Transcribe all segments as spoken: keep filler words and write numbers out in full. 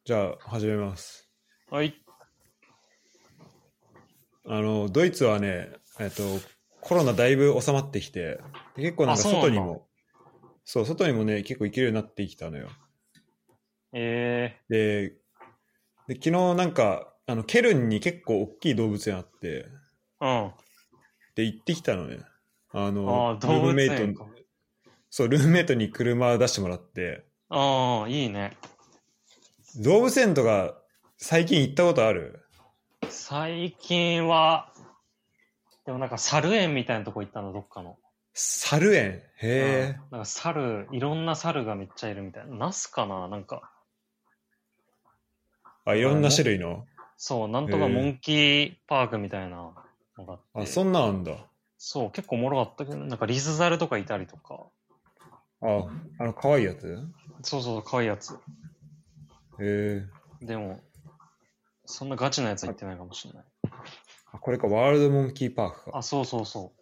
じゃあ始めます。 はい。 あのドイツはね、えっとコロナだいぶ収まってきて、結構なんあ、 かそうなんだ。 外にもそう外にもね結構行けるようになってきたのよ。 えで、で昨日なんかあのケルンに結構大きい動物園あって、 えー、うん。 で行ってきたのね。あのああ、 ルー動ムメイト物園か。 そうルームメイトに車出してもらって、 ああ、いいね。 動物園とか最近行ったことある？ 最近は、でもなんか猿園みたいなとこ行ったの、どっかの。 猿園。へうん。 え。 なんか猿、いろんな猿がめっちゃいるみたいな。ナスかななんか。 あ、いろんななんかねも、 種類の。 そう、なんとかモへえ。 ンキーパークみたいなのがあっあ、 て。 そんなんあんだ。 そう、結構おもろかったけど、なんかリスザルとかいたりとか。 あ、あの可愛いやつ。 そうそう、可愛いやつ。 へえ。 でも、そんなガチなやつは行ってないかもしれない。 あ、これか、ワールドモンキーパークか。 あ、そうそうそう。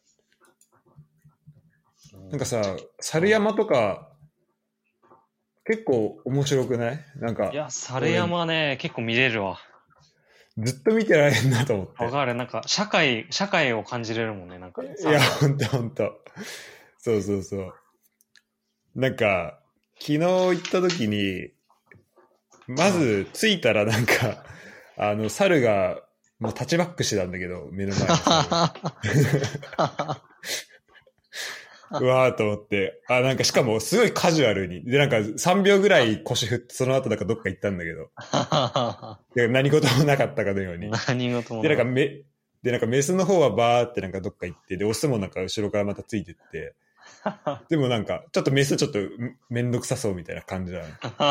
なんかさ、 うん。 猿山とか結構面白くない？なんか、 いや、猿俺山ね、結構見れるわ。 ずっと見てられんなと思って。 わかる。なんか、社会、社会を感じれるもんね、なんか、 いや、 猿は。 ほんとほんと。そうそうそう。なんか、昨日行った時に、まず着いたらなんか、あの、猿が、もうタッチバックしてたんだけど、目の前の猿。うわーと思って、あ、なんかしかもすごいカジュアルに。で、なんかさんびょうぐらい腰振って、その後なんかどっか行ったんだけど、で何事もなかったかのように。 何事もで、 なかっなんかめ、で、なんかメスの方はバーってなんかどっか行って、で、オスもなんか後ろからまたついてって、 た。 でもなんか、ちょっとメスちょっとめんどくさそうみたいな感じなの。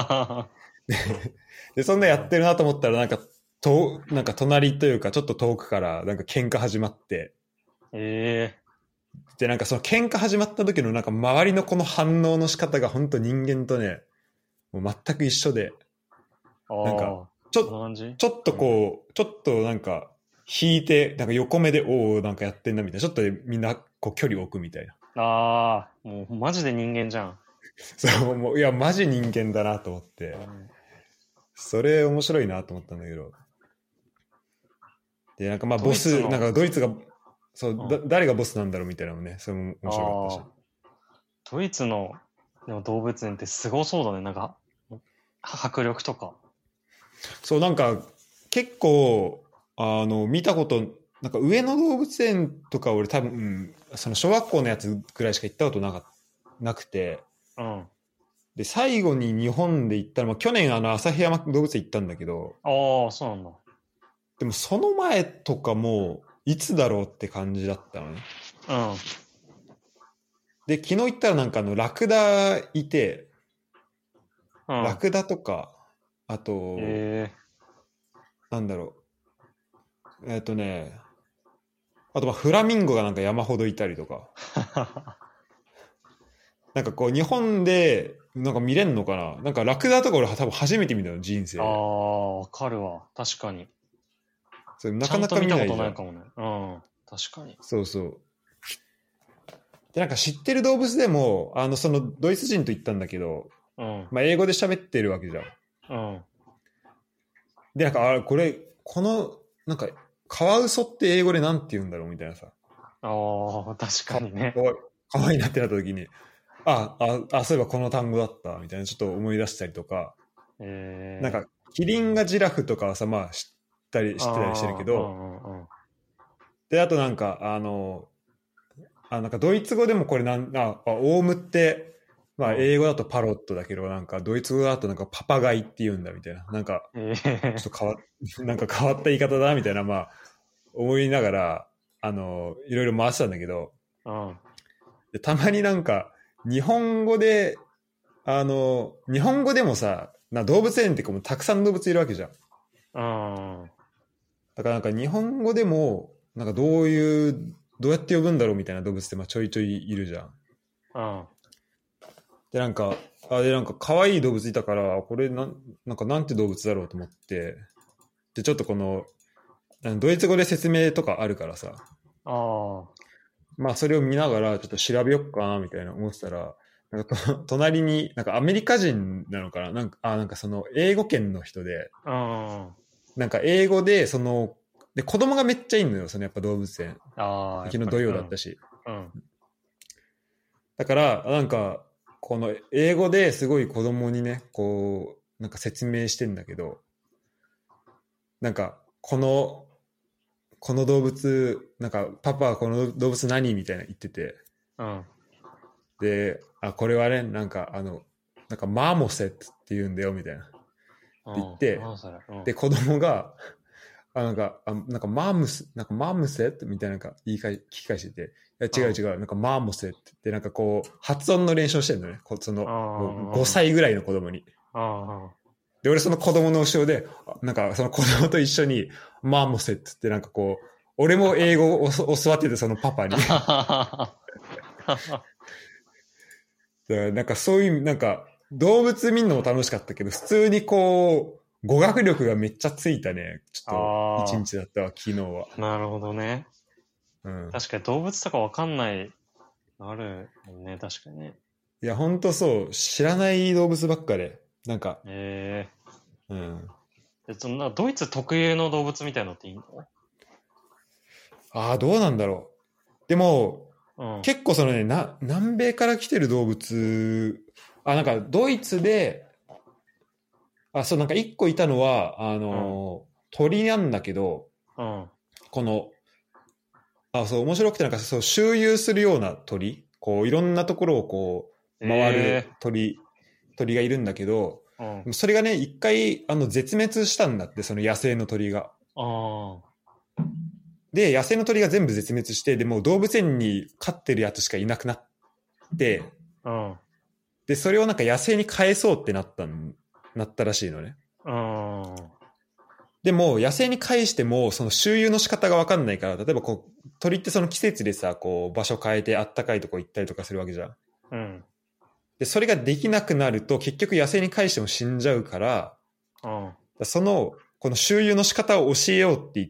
で、そんなやってるなと思ったら、なんか、と、なんか隣というか、ちょっと遠くから、なんか喧嘩始まって、 ええで、なんかその喧嘩始まった時のなんか周りのこの反応の仕方が本当人間とね、もう全く一緒で、 ー。 なんか、 ああ、 ちょ、 そんな感じ。 ちょっとうん。 こう、ちょっとなんか、引いて、なんか横目で、おおなんかやってんなみたいな、ちょっとみんなこう距離を置くみたいな。 ああ、もうマジで人間じゃん。 そう、もう、いや、マジ人間だなと思って、 うん。 それ面白いなと思ったんだけど、で、なんかまあドボス、なんイツの、 かドイツが、そう、だ、 うん。 誰がボスなんだろうみたいなのもね、それも面白かったし。 ああ、ドイツの、でも動物園ってすごそうだね。なんか、迫力とか。 そう、なんか、結構、あの、見たこと、なんか上野動物園とか俺多分、うんその小学校のやつぐらいしか行ったことなか、なくて、 うん。 で、最後に日本で行ったのは、去年あの、旭山動物園行ったんだけど、 ああ、そうなんだ。 でもその前とかも、いつだろうって感じだったのね。 うん。 で、昨日行ったらなんかあの、ラクダいて、 うん。 ラクダとか、あと、 ええなんだろう、えっとね、あとまあフラミンゴがなんか山ほどいたりとか、 ー。 なんかこう日本でなんか見れんのかな、なんかラクダとか俺多分初めて見たの人あ生で。 あ、わかるわ。確かに。 それなちゃんかなかと見たこと見ないじゃん。 ないかもね。うん。確かに。 そうそう。で、なんか知ってる動物でも、あの、そのドイツ人と言ったんだけど、 うん。 まあ英語で喋ってるわけじゃん。 うん。 で、なんか、あ、これ、この、なんか、カワウソって英語でなんて言うんだろうみたいなさ。 ああ、確かか、 にね。 かわいかわいいなってなった時に、あ、あ、あ、そういえばこの単語だったみたいなちょっと思い出したりとか、なんええか、キリンがジラフとかはさ、まあ知ったり、 ー。 知ってたりしてるけああ、うど、 んうんうん。 で、あとなんか、あの、あ、なんかドイツ語でもこれなん、あ、あオウムって、まあうん。 英語だとパロットだけど、なんかドイツ語だとなんかパパガイって言うんだみたいな。なんか、 ええー。 ちょっと変わ、なんか変わった言い方だみたいな、まあ、思いながら、あの、いろいろ回してたんだけど、 うん。 でたまになんか、日本語で、あの、日本語でもさ、な動物園ってこうたくさん動物いるわけじゃん。 うん。 だからなんか日本語でも、なんかどういう、どうやって呼ぶんだろうみたいな動物ってまあちょいちょいいるじゃん。 うん。 で、なんか、あ、で、なんか可愛い動物いたから、これなん、なんかなんて動物だろうと思って、で、ちょっとこの、あのドイツ語で説明とかあるからさ、 ああ。 まあそれを見ながらちょっと調べよっかなみたいな思ってたら、 なんかと隣に、なんかアメリカ人なのかななんか、あ、なんかその英語圏の人で、 うん。 なんか英語で、その、で、子供がめっちゃいんのよ、そのやっぱ動物園。 ああ、 昨日土曜だったし。 うん。うん。 だから、なんか、この英語ですごい子供にね、こう、なんか説明してんだけど、なんか、この、この動物、なんか、パパはこの動物何みたいな言ってて、 うん。 で、あ、これはね、なんか、あの、なんか、マーモセットって言うんだよ、みたいな。って言って、 うん、それ、うん、 で、子供が、あ、なんか、あなんか、マームス、なんか、マームセットみたいな、なんか、言い返、聞き返してて、いや、違う違う、なんか、マーモセットって、なんかこう、発音の練習をしてるのね。こその、もうごさいぐらいの子供に。で、俺その子供の後ろで、なんか、その子供と一緒に、マーモセットって、なんかこう、俺も英語を教わってて、そのパパに。なんかそういう、なんか、動物見るのも楽しかったけど、普通にこう、語学力がめっちゃついたね、ちょっと一日だったわ、昨日は。 なるほどね。うん、確かに動物とかわかんない、あるね、確かにね。 いや、ほんとそう、知らない動物ばっかで、なんか。 へえー。うん。 でそんなドイツ特有の動物みたいのっていいの？ ああ、どうなんだろう。でも、うん、結構そのねな、南米から来てる動物、あ、なんかドイツで、あ、そう、なんか一個いたのは、あの、うん、鳥なんだけど、うん、この、あ、そう、面白くてなんかそう、周遊するような鳥、こう、いろんなところをこう、回る鳥、えー、鳥がいるんだけど、うん、それがね、一回、あの、絶滅したんだって、その野生の鳥が。あで、野生の鳥が全部絶滅して、でもう動物園に飼ってるやつしかいなくなって、うん、で、それをなんか野生に返そうってなったん、なったらしいのね。うん、でも、野生に返しても、その周遊の仕方がわかんないから、例えばこう、鳥ってその季節でさ、こう、場所変えてあったかいとこ行ったりとかするわけじゃん。うん。で、それができなくなると、結局野生に返しても死んじゃうから、うん、その、この周遊の仕方を教えようって言って、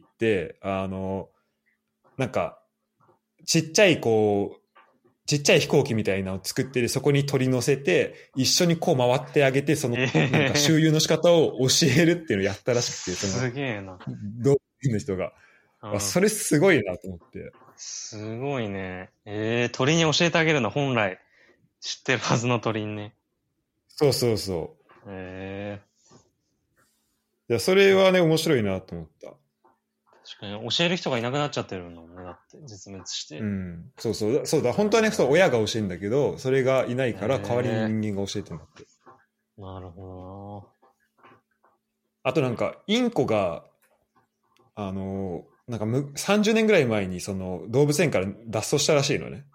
あの、なんか、ちっちゃいこう、ちっちゃい飛行機みたいなのを作って、そこに鳥乗せて、一緒にこう回ってあげて、その、なんか周遊の仕方を教えるっていうのをやったらしくて、その、 すげえな。 動物園の人が。うん、それすごいなと思って。 すごいね。えー、鳥に教えてあげるの、本来、知ってるはずの鳥にね。 そうそうそう。 へえー。 いや、それはね、面白いなと思った。 確かに、教える人がいなくなっちゃってるのね、だって、絶滅して。 うん。そうそう。そうだ、本当はね、そう、親が教えるんだけど、それがいないから、代わりに人間が教えてるんだって。 なるほどな。 あとなんか、インコが、あの、なんかむさんじゅうねんぐらい前にその動物園から脱走したらしいのね。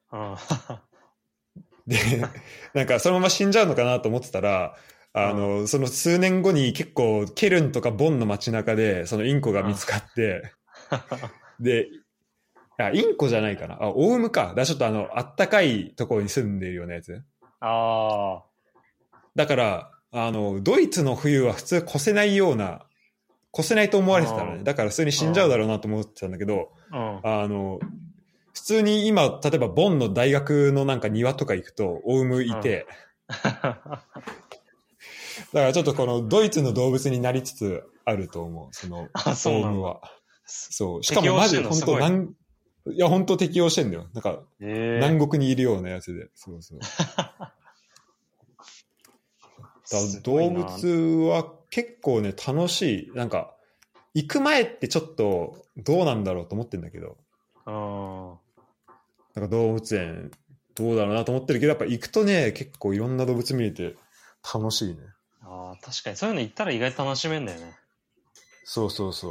で、なんかそのまま死んじゃうのかなと思ってたら、あの、その数年後に結構ケルンとかボンの街中でそのインコが見つかって、で、あ、インコじゃないかな。あ、オウムか。だからちょっとあの、あったかいところに住んでいるようなやつ。ああ。だから、あの、ドイツの冬は普通越せないような、越せないと思われてたのね。だから普通に死んじゃうだろうなと思ってたんだけど、あの、普通に今、例えばボンの大学のなんか庭とか行くと、オウムいて、だからちょっとこのドイツの動物になりつつあると思う、そのオウムは。そう。しかもマジで本当なんいや、本当適応してんだよ。なんか、南国にいるようなやつで。そうそう。だ動物は結構ね、楽しい。なんか、行く前ってちょっとどうなんだろうと思ってんだけど。あなんか動物園どうだろうなと思ってるけど、やっぱ行くとね、結構いろんな動物見れて楽しいね。 ああ、確かにそういうの行ったら意外と楽しめんだよね。 そうそうそう。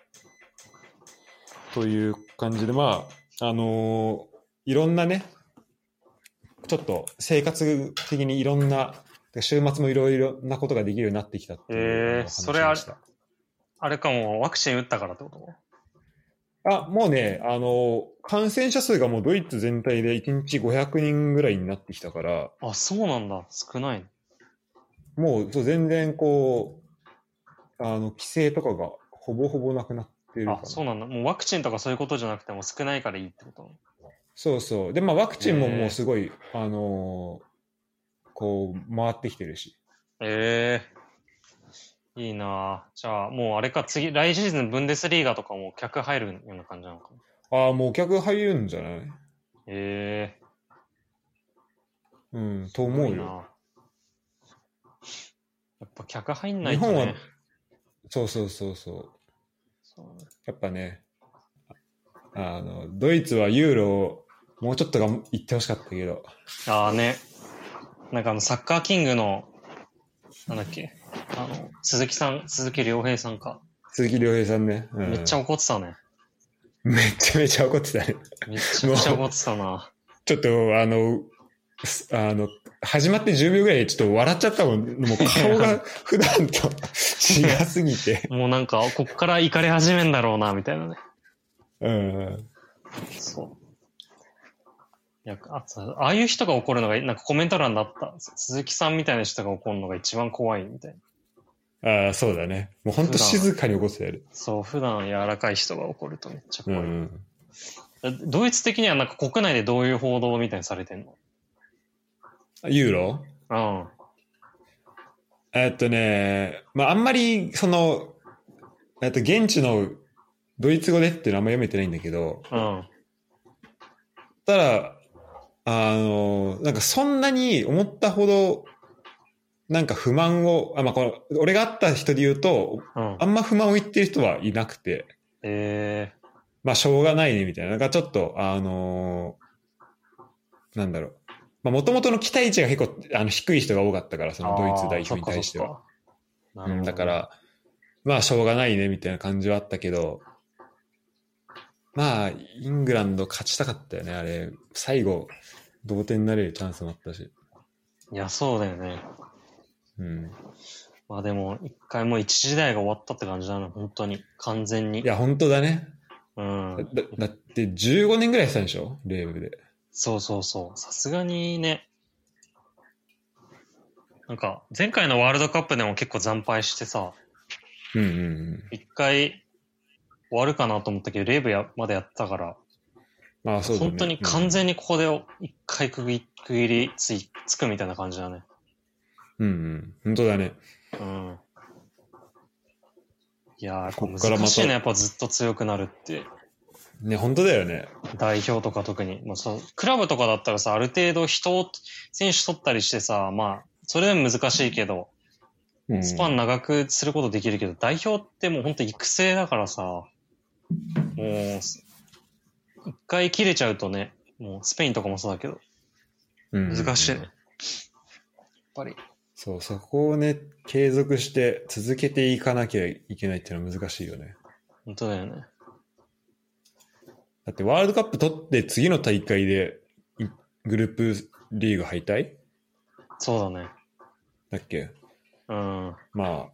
という感じで、まあ、あのー、いろんなね、ちょっと生活的にいろんな、週末もいろいろなことができるようになってきたっていう、 えー、それあれ、あれかも、ワクチン打ったからってことあ、もうね、あの、感染者数がもうドイツ全体でいちにちごひゃくにんぐらいになってきたから。 あ、そうなんだ。少ない。 もうそう全然こう、あの、規制とかがほぼほぼなくなってるかな。 あ、そうなんだ。もうワクチンとかそういうことじゃなくても少ないからいいってことそうそう。で、まあワクチンももうすごい、あのーこう回ってきてるし。 ええー、いいなぁ。じゃあもうあれか、次、来シーズンブンデスリーガとかも客入るような感じなのかな。 ああ、もうお客入るんじゃない？ ええー、うん、 ー、 と思うよ。 なやっぱ客入んないとね。 日本は、そうそうそうそう。 そうやっぱね、あの、ドイツはユーロをもうちょっとが行ってほしかったけど。 ああね。なんかあの、サッカーキングの、なんだっけ、あの、鈴木さん、鈴木亮平さんか。 鈴木亮平さんね、うん。 めっちゃ怒ってたね。 めちゃめちゃ怒ってたね。 めちゃくちゃ怒ってたな。 ちょっと、あの、あの、始まってじゅうびょうぐらいでちょっと笑っちゃったもん。もう顔が普段と違すぎて。 もうなんか、こっから怒り始めんだろうな、みたいなね。 うん。 そう。いや、あ、ああいう人が怒るのが、なんかコメント欄だった。鈴木さんみたいな人が怒るのが一番怖いみたいな。ああ、そうだね。もうほんと静かに怒ってたよ。 そう、普段柔らかい人が怒るとめっちゃ怖い。うん、ドイツ的にはなんか国内でどういう報道みたいにされてんの？ ユーロ？ うん。 えっとね、まああんまりその、えっと現地のドイツ語でっていうのはあんま読めてないんだけど、 うん。 ただ、あの、なんかそんなに思ったほど、なんか不満を、あ、まあ、この、俺が会った人で言うと、うん、あんま不満を言ってる人はいなくて、 えー、 まあ、しょうがないね、みたいな。なんかちょっと、あのー、なんだろう。まあ、もともとの期待値が結構、あの、低い人が多かったから、そのドイツ代表に対しては。うん、だから、まあ、しょうがないね、みたいな感じはあったけど、まあ、イングランド勝ちたかったよね、あれ。最後、同点になれるチャンスもあったし。 いや、そうだよね。 うん。 まあでも、一回もう一時代が終わったって感じだな、本当に。完全に。 いや、本当だね。 うん。 だ, だってじゅうごねんぐらいしたんでしょ、レーブで。 そうそうそう。さすがにね。なんか、前回のワールドカップでも結構惨敗してさ。 うんうんうん。 一回終わるかなと思ったけど、レーブやまでやったから。 ああ、そうだね。 本当に完全にここで一回区切りついつくみたいな感じだね。 うんうん。本当だね。 うん。いやー、やっぱ難しいね、やっぱずっと強くなるって。 ね、本当だよね。 代表とか特に。まあ、そうクラブとかだったらさ、ある程度人を、選手取ったりしてさ、まあ、それでも難しいけど、うん、スパン長くすることできるけど、代表ってもう本当育成だからさ、もう、一回切れちゃうとね、もうスペインとかもそうだけど、難しいね。やっぱり。 そう、そこをね、継続して続けていかなきゃいけないっていうのは難しいよね。 本当だよね。 だってワールドカップ取って次の大会でグループリーグ敗退？ そうだね。 だっけ？ うん。 まあ、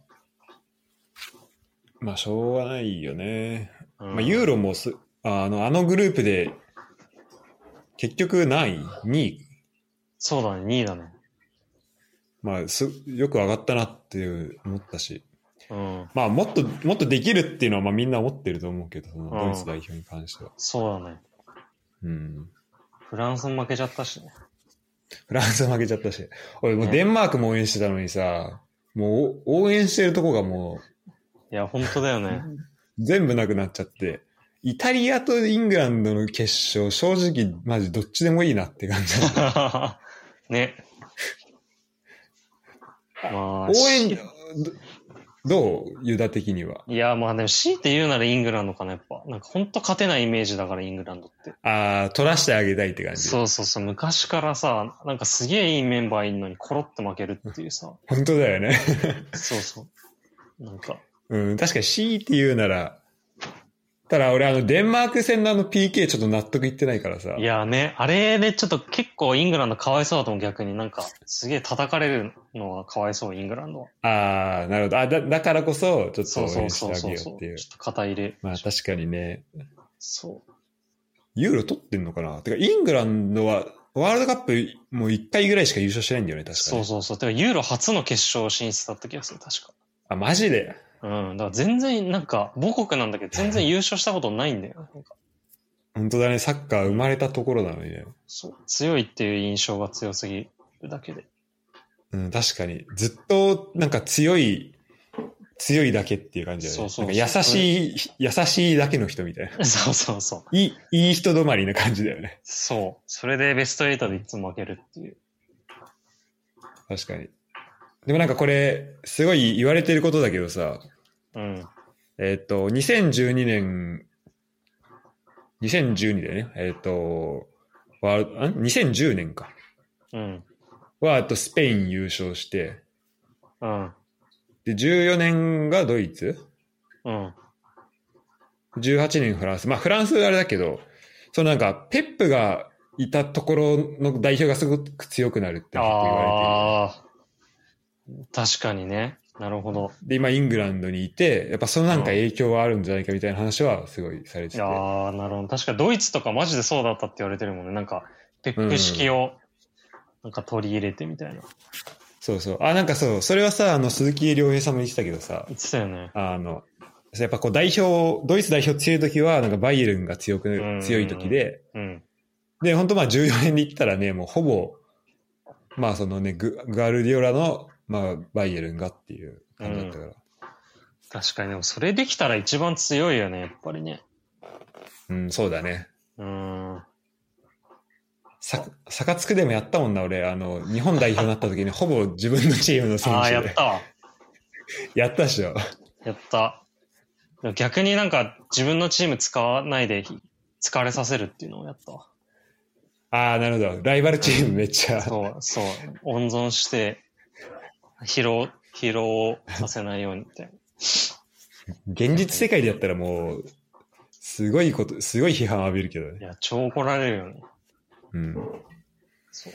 まあしょうがないよね。うん、まあユーロもすあのあのグループで結局何位？ に 位？ そうだね、にいだね。 まあすよく上がったなっていう思ったし。 うん、 まあもっともっとできるっていうのはまあみんな思ってると思うけど、そのドイツ代表に関しては、 うん、そうだね。 うん。 フランスも負けちゃったしね。 フランス負けちゃったし、俺もうデンマークも応援してたのにさ、ね、もう応援してるとこがもういや本当だよね。 全部なくなっちゃって、イタリアとイングランドの決勝正直マジどっちでもいいなって感じ。 ね。 まあ応援。どうユダ的には。 いや、まあでも強いて言うならイングランドかな、やっぱ。なんか本当勝てないイメージだから、イングランドって。 ああ、取らしてあげたいって感じ。 そうそうそう。昔からさ、なんかすげえいいメンバーいんのにコロって負けるっていうさ。 本当だよね。 そうそう。なんか。 うん、確かに強いて言うなら、ただ俺あのデンマーク戦のあの ピーケー ちょっと納得いってないからさ。 いやね、あれでちょっと結構イングランドかわいそうだと思う、逆に。なんかすげえ叩かれるのはかわいそう、イングランドは。 ああ、なるほど。あだだからこそちょっと応援してあげようっていう。そうそうそうそう。ちょっと肩入れ。 まあ確かにね。 そう。 ユーロ取ってんのかな。てかイングランドはワールドカップもういっかいぐらいしか優勝してないんだよね、確かに。 そうそうそう。てかユーロ初の決勝進出だった気がする、確か。 あ、マジで？ うん。だから全然、なんか、母国なんだけど、全然優勝したことないんだよ。なんか本当だね、サッカー生まれたところなのにね。 そう。強いっていう印象が強すぎるだけで。 うん、確かに。ずっとなんか強い、強いだけっていう感じだよね。 そうそうそう。 なんか優しい、優しいだけの人みたいな。 そうそうそう。 いい、いい人止まりな感じだよね。 そう。それでベストエイトでいつも負けるっていう。 確かに。でもなんかこれ、すごい言われてることだけどさ、 うん。 えっと、にせんじゅうにねん、にせんじゅうにだよね。えっと、ワールド、ん ?にせんじゅうねんか。 うん。 は、あとスペイン優勝して、 うん。 で、じゅうよねんがドイツうん。 じゅうはちねんフランス。まあフランスはあれだけど、そのなんか、ペップがいたところの代表がすごく強くなるって結構言われてる。 ああ。確かにね。なるほど。 で、今イングランドにいて、やっぱそのなんか影響はあるんじゃないかみたいな話はすごいされてて。 いやー、なるほど。確かドイツとかマジでそうだったって言われてるもんね。なんか、ペップ式をなんか取り入れてみたいな。 そうそう。あ、なんかそう、それはさ、あの、鈴木亮平さんも言ってたけどさ、 言ってたよね。 あの、やっぱこう代表、ドイツ代表強い時は、なんかバイエルンが強く、強い時で、 うん。 で、本当まあじゅうよねんで言ったらね、もうほぼ、まあそのね、グガルディオラの、まあバイエルンがっていう感じだったから。うん、 確かに、でもそれできたら一番強いよね、やっぱりね。 うん、そうだね。 うん。 さ、サカツクでもやったもんな、俺。あの、日本代表になった時にほぼ自分のチームの選手で。 ああ、やったわ。 やったっしょ。 やった。逆になんか自分のチーム使わないで使われさせるっていうのをやったわ。 ああ、なるほど。ライバルチームめっちゃ。 うん、そう、そう。温存して、疲労、疲労させないようにみたいな。 現実世界でやったらもう、すごいこと、すごい批判浴びるけどね。 いや、超怒られるよね。 うん。 そう。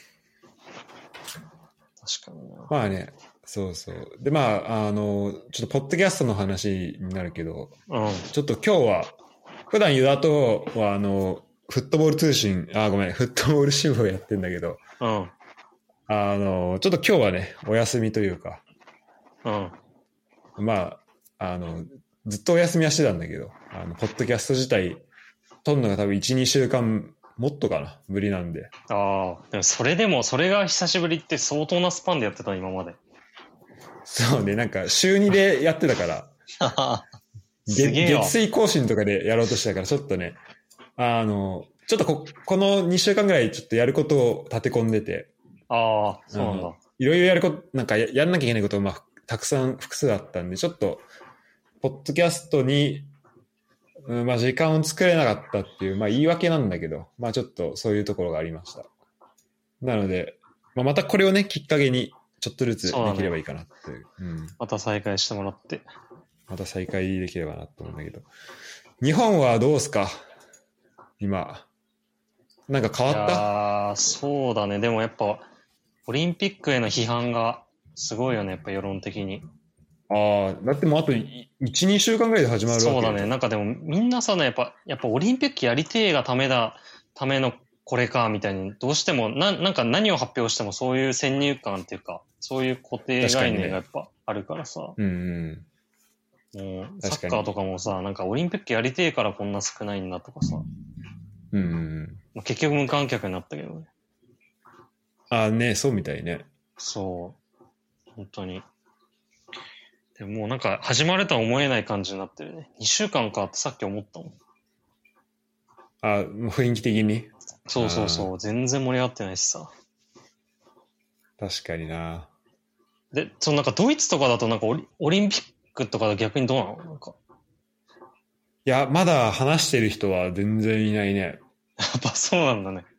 確かにな。 まあね、そうそう。で、まあ、あの、ちょっとポッドキャストの話になるけど、 うん、 ちょっと今日は、普段ユダとは、あの、フットボール通信、あ、ごめん、フットボール支部をやってんだけど、 うん。 あの、ちょっと今日はね、お休みというか、 うん。 まあ、あの、ずっとお休みはしてたんだけど、あの、ポッドキャスト自体、撮るのが多分いち、にしゅうかん、もっとかな、無理なんで。 ああ、でもそれでも、それが久しぶりって相当なスパンでやってた、今まで。 そうね、なんか週にでやってたから、月, 月水更新とかでやろうとしたから、ちょっとね、あの、ちょっとこ、このにしゅうかんぐらいちょっとやることを立て込んでて。 ああ、そうなんだ。 いろいろやること、なんか や, やんなきゃいけないこともまあたくさん複数あったんで、ちょっと、ポッドキャストに、うん、まあ時間を作れなかったっていう、まあ言い訳なんだけど、まあちょっとそういうところがありました。なので、まあ、またこれをね、きっかけにちょっとずつできればいいかなっていう。う、ね、うん、 また再開してもらって。 また再開できればなと思うんだけど。日本はどうすか今。なんか変わった？ いやー、そうだね。でもやっぱ、オリンピックへの批判がすごいよね、やっぱ世論的に。 ああ、だってもうあといち、にしゅうかんぐらいで始まるわけそうだね。なんかでもみんなさ、ね、やっぱ、やっぱオリンピックやりてえがためだ、ためのこれか、みたいに、どうしても、な、なんか何を発表してもそういう先入観っていうか、そういう固定概念がやっぱあるからさ。 うんうん。 もうサッカーとかもさ、なんかオリンピックやりてえからこんな少ないんだとかさ。 うんうんうん。結局無観客になったけどね。 ああね、そうみたいね。 そう。本当に。でももうなんか始まるとは思えない感じになってるね。にしゅうかんかってさっき思ったもん。 あ、雰囲気的に。 そうそうそう。全然盛り上がってないしさ。 確かにな。 で、そのなんかドイツとかだとなんかオリ、オリンピックとか逆にどうなのなんか。 いや、まだ話してる人は全然いないね。 やっぱそうなんだね。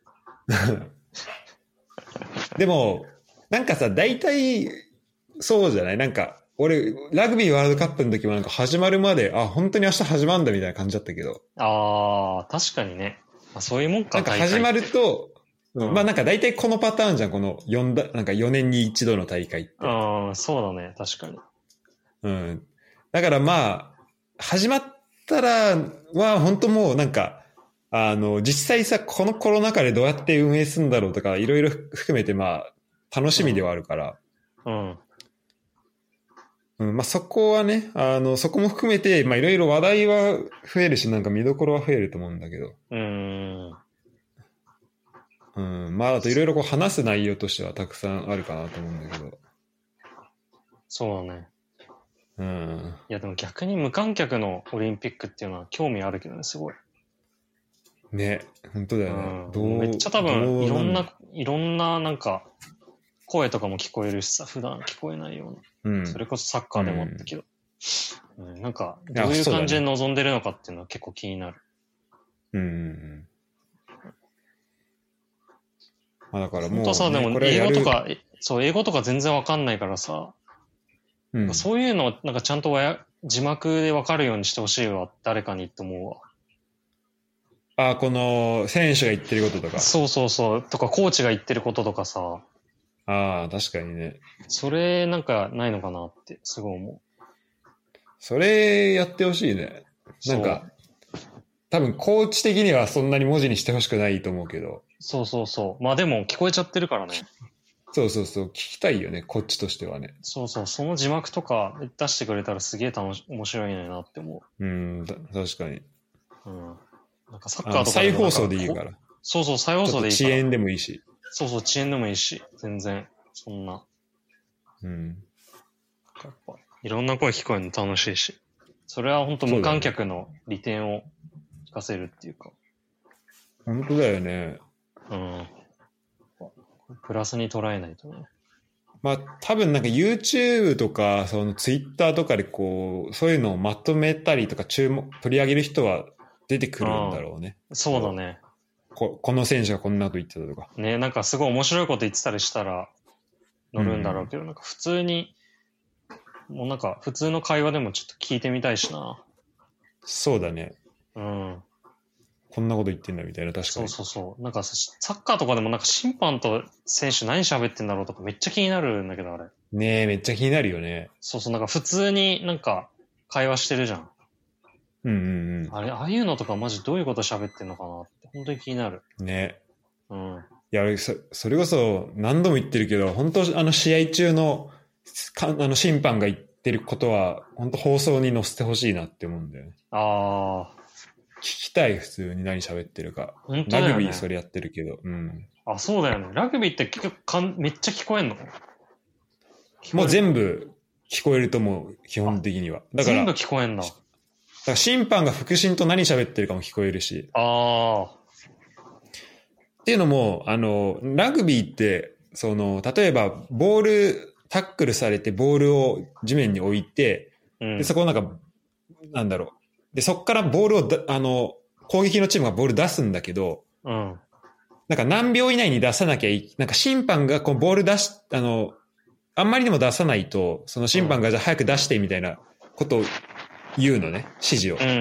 でも、なんかさ、大体、そうじゃないなんか、俺、ラグビーワールドカップの時もなんか始まるまで、あ、本当に明日始まるんだみたいな感じだったけど。 ああ、確かにね。まあ、そういうもんか。 なんか始まると、うん、まあなんか大体このパターンじゃん、このよんだ、なんかよねんに一度の大会って。 ああ、そうだね。確かに。 うん。だからまあ、始まったらは本当もうなんか、あの、実際さ、このコロナ禍でどうやって運営するんだろうとか、いろいろ含めてまあ、楽しみではあるから。 うん。うん、 うん、まあそこはね、あの、そこも含めて、まあいろいろ話題は増えるし、なんか見どころは増えると思うんだけど。 うーん。 うん、まああといろいろこう話す内容としてはたくさんあるかなと思うんだけど。 そうだね。 うん。 いやでも逆に無観客のオリンピックっていうのは興味あるけどね、すごい。 ね、本当だよね。 うん、 どうめっちゃ多分いろんどうな、いろんななんか声とかも聞こえるしさ、普段聞こえないような。 うん、 それこそサッカーでもあったけど。うん、なんか、どうあそうだねいう感じで臨んでるのかっていうのは結構気になる。 うんうんうん。まあだからもう、ね、 本当さ、でも英語とか、そう、英語とか全然わかんないからさ、うん、そういうのをなんかちゃんとわや字幕でわかるようにしてほしいわ、誰かにって思うわ。 あ、この選手が言ってることとか。 そうそうそう。とか、コーチが言ってることとかさ。 ああ、確かにね。 それなんかないのかなってすごい思う。 それやってほしいね。なんか、多分コーチ的にはそんなに文字にしてほしくないと思うけど。 そうそうそう。まあでも聞こえちゃってるからね。 そうそうそう。聞きたいよね、こっちとしてはね。 そうそう。その字幕とか出してくれたらすげえ楽し、面白いのになって思う。うん、確かに。 うん。なんかサッカーとか再放送でいいから。 そうそう、再放送でいいから。 遅延でもいいし。 そうそう、遅延でもいいし。全然、そんな。 うん。 やっぱ、いろんな声聞こえるの楽しいし。それは本当無観客の利点を聞かせるっていうか。 本当だよね。 うん。プラスに捉えないとね。 まあ多分なんか YouTube とかその Twitter とかでこうそういうのをまとめたりとか注目取り上げる人は出てくるんだろうね。 そうだね。 こ, この選手がこんなこと言ってたとか。 ね、なんかすごい面白いこと言ってたりしたら乗るんだろうけど、うん、なんか普通に、もうなんか普通の会話でもちょっと聞いてみたいしな。 そうだね。 うん。 こんなこと言ってんだみたいな、確かに。 そうそうそう。なんかサッカーとかでもなんか審判と選手何喋ってんだろうとかめっちゃ気になるんだけど、あれ。 ねえ、めっちゃ気になるよね。 そうそう、なんか普通になんか会話してるじゃん。 うんうんうん。 あれ、ああいうのとかマジどういうこと喋ってんのかなって本当に気になる。 ね。 うん。 いや、そ, それこそ何度も言ってるけど、本当あの試合中のかあの審判が言ってることは、本当放送に載せてほしいなって思うんだよね。 ああ。 聞きたい、普通に何喋ってるか。 本当だよね。 ラグビーそれやってるけど。うん。 あ、そうだよね。ラグビーって結構かんめっちゃ聞こえんの？ もう全部聞こえると思う、基本的には。だから、 全部聞こえんだ。だから審判が腹心と何喋ってるかも聞こえるし。 ああ。 っていうのも、あの、ラグビーって、その、例えば、ボール、タックルされて、ボールを地面に置いて、うん、でそこをなんか、なんだろう。で、そこからボールをだ、あの、攻撃のチームがボール出すんだけど、 うん。 なんか何秒以内に出さなきゃいい、なんか審判がこうボール出し、あの、あんまりにも出さないと、その審判がじゃあ早く出してみたいなことを言うのね、指示を。 うんうん。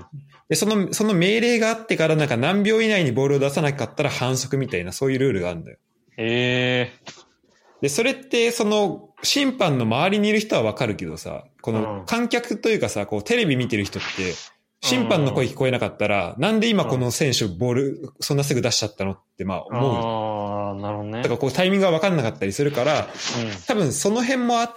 で、その、その命令があってからなんか何秒以内にボールを出さなかったら反則みたいな、そういうルールがあるんだよ。 へえー。 で、それって、その、審判の周りにいる人はわかるけどさ、この観客というかさ、こうテレビ見てる人って、審判の声聞こえなかったら、なんで今この選手ボール、そんなすぐ出しちゃったのって、まあ思う。 ああ、なるほどね。 だからこうタイミングがわかんなかったりするから、うん、多分その辺もあって、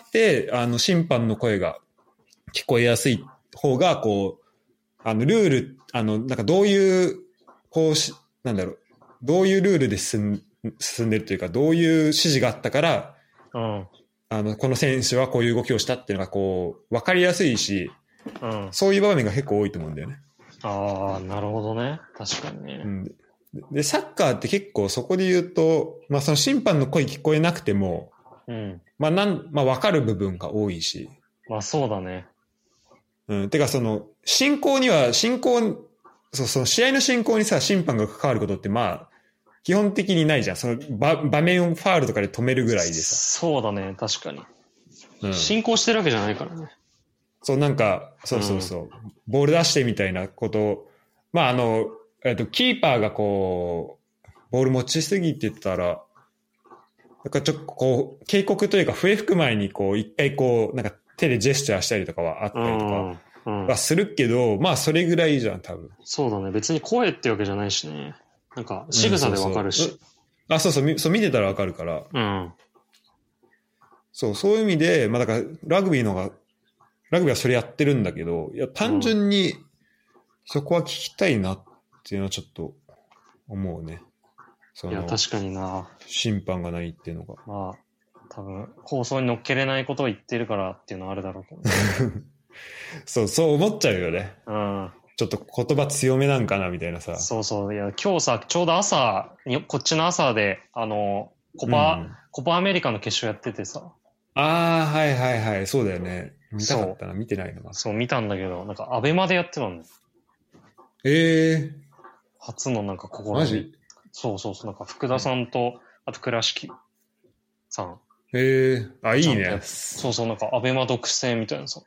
あの、審判の声が聞こえやすい方が、こう、あの、ルール、あの、なんかどういう、こうし、なんだろう、どういうルールで進ん、進んでるというか、どういう指示があったから、 うん、 あの、この選手はこういう動きをしたっていうのがこう、わかりやすいし、うん、そういう場面が結構多いと思うんだよね。 ああ、なるほどね。確かにね、 うん。で、サッカーって結構そこで言うと、まあその審判の声聞こえなくても、うん、まあなん、まあわかる部分が多いし。 まあそうだね。 うん。てかその、進行には、進行、そう、その試合の進行にさ、審判が関わることってまあ、基本的にないじゃん。その場、場面をファールとかで止めるぐらいでさ。 そうだね、確かに。うん、進行してるわけじゃないからね。 そう、なんか、そうそうそう。うん、ボール出してみたいなことを、まああの、えっと、キーパーがこう、ボール持ちすぎてたら、なんかちょっとこう、警告というか笛吹く前にこう、一回こう、なんか手でジェスチャーしたりとかはあったりとかはするけど、うんうん、まあそれぐらいじゃん、多分。 そうだね。別に声ってわけじゃないしね。なんか、仕草でわかるし、うん、そうそう。あ、そうそう、そう見てたらわかるから。 うん。 そう、そういう意味で、まあだから、ラグビーのが、 ラグビーはそれやってるんだけど、いや、単純にそこは聞きたいなっていうのはちょっと思うね。そのいや、確かにな。 審判がないっていうのが。 まあ、多分、放送に乗っけれないことを言ってるからっていうのはあるだろうけど、ね。 そう、そう思っちゃうよね。 うん。 ちょっと言葉強めなんかなみたいなさ。 そうそう。いや、今日さ、ちょうど朝、こっちの朝で、あの、コパ、うん、コパアメリカの決勝やっててさ。 ああ、はいはいはい。そうだよね。見たかったな。見てないのか。 そう、見たんだけど、なんか、アベマでやってたんだよ。 ええー。 初のなんか試み。 マジ？ そうそうそう。なんか、福田さんと、あと、倉敷さん。 へえー。あ、いいね。 そうそう、なんか、アベマ独占みたいなさ。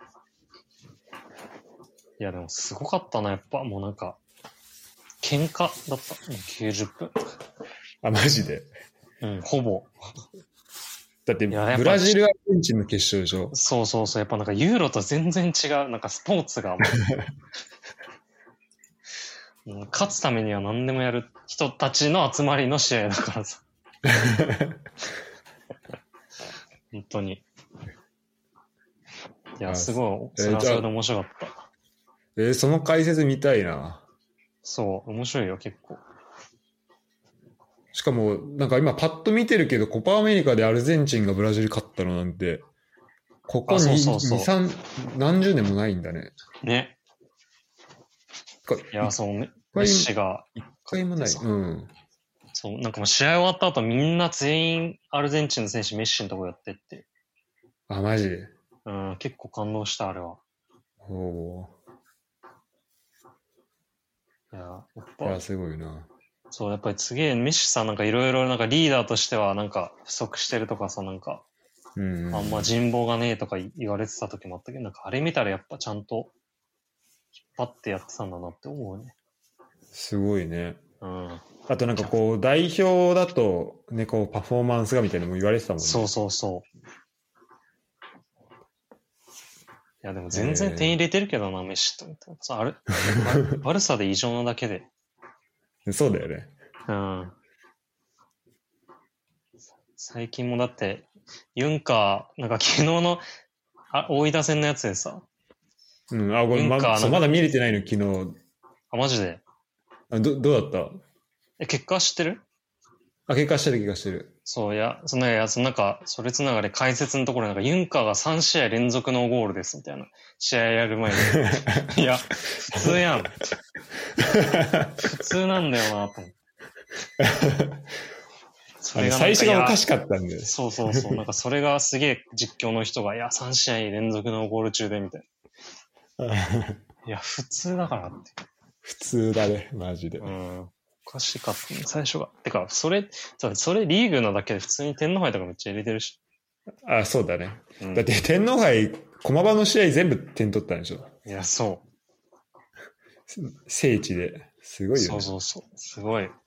いや、でも、すごかったな、やっぱ。もうなんか、喧嘩だった。もうきゅうじゅっぷん。 あ、マジで。 うん、ほぼ。 だって、ブラジル・アルゼンチンの決勝でしょ。 そうそうそう。やっぱなんか、ユーロと全然違う。なんか、スポーツがもう、もう勝つためには何でもやる人たちの集まりの試合だからさ。本当に。いや、すごい、それはそれで面白かった。 えー、その解説見たいな。 そう、面白いよ、結構。 しかも、なんか今パッと見てるけど、コパアメリカでアルゼンチンがブラジル勝ったのなんて、ここに、に、さん、何十年もないんだね。 ね。いや、そう、メッシが。 一回もない。うん。 そう、なんかもう試合終わった後みんな全員アルゼンチンの選手メッシのとこやってって。 あ、マジで。 うん、結構感動した、あれは。 おー。 いや、やっぱ。 いや、すごいな。 そう、やっぱりすげえ、メッシさんなんかいろいろなんかリーダーとしてはなんか不足してるとかさ、なんか、 うんうん、 あんま人望がねえとか言われてた時もあったけど、なんかあれ見たらやっぱちゃんと引っ張ってやってたんだなって思うね。 すごいね。 うん。 あとなんかこう、代表だとね、こう、パフォーマンスがみたいなのも言われてたもんね。 そうそうそう。いやでも全然点入れてるけどな、えー、メッシって思った。あれバルサで異常なだけで。 そうだよね。 うん。最近もだって、ユンカー、なんか昨日のあ大分戦のやつでさ。 うん、あ、これま、まだ見れてないの、昨日。 あ、マジであど、どうだった？ え、結果知ってる？ あ、結果してる、結果してる。 そう、いや、そのやつ、なんか、それつながり解説のところなんか、ユンカーがさん試合連続のゴールです、みたいな。試合やる前に。いや、普通やん。普通なんだよな、と思って。 それが最初がおかしかったんだよ。 そうそうそう。なんかそれがすげえ実況の人が、いや、さん試合連続のゴール中で、みたいな。いや、普通だからって。 普通だね、マジで。 うん。おかしかったね、最初が。てか、それ、それリーグのだけで普通に天皇杯とかめっちゃ入れてるし。 あ、そうだね。うん、だって天皇杯、駒場の試合全部点取ったんでしょ。 いや、そう。 聖地で。すごいよね。 そうそうそう。すごい。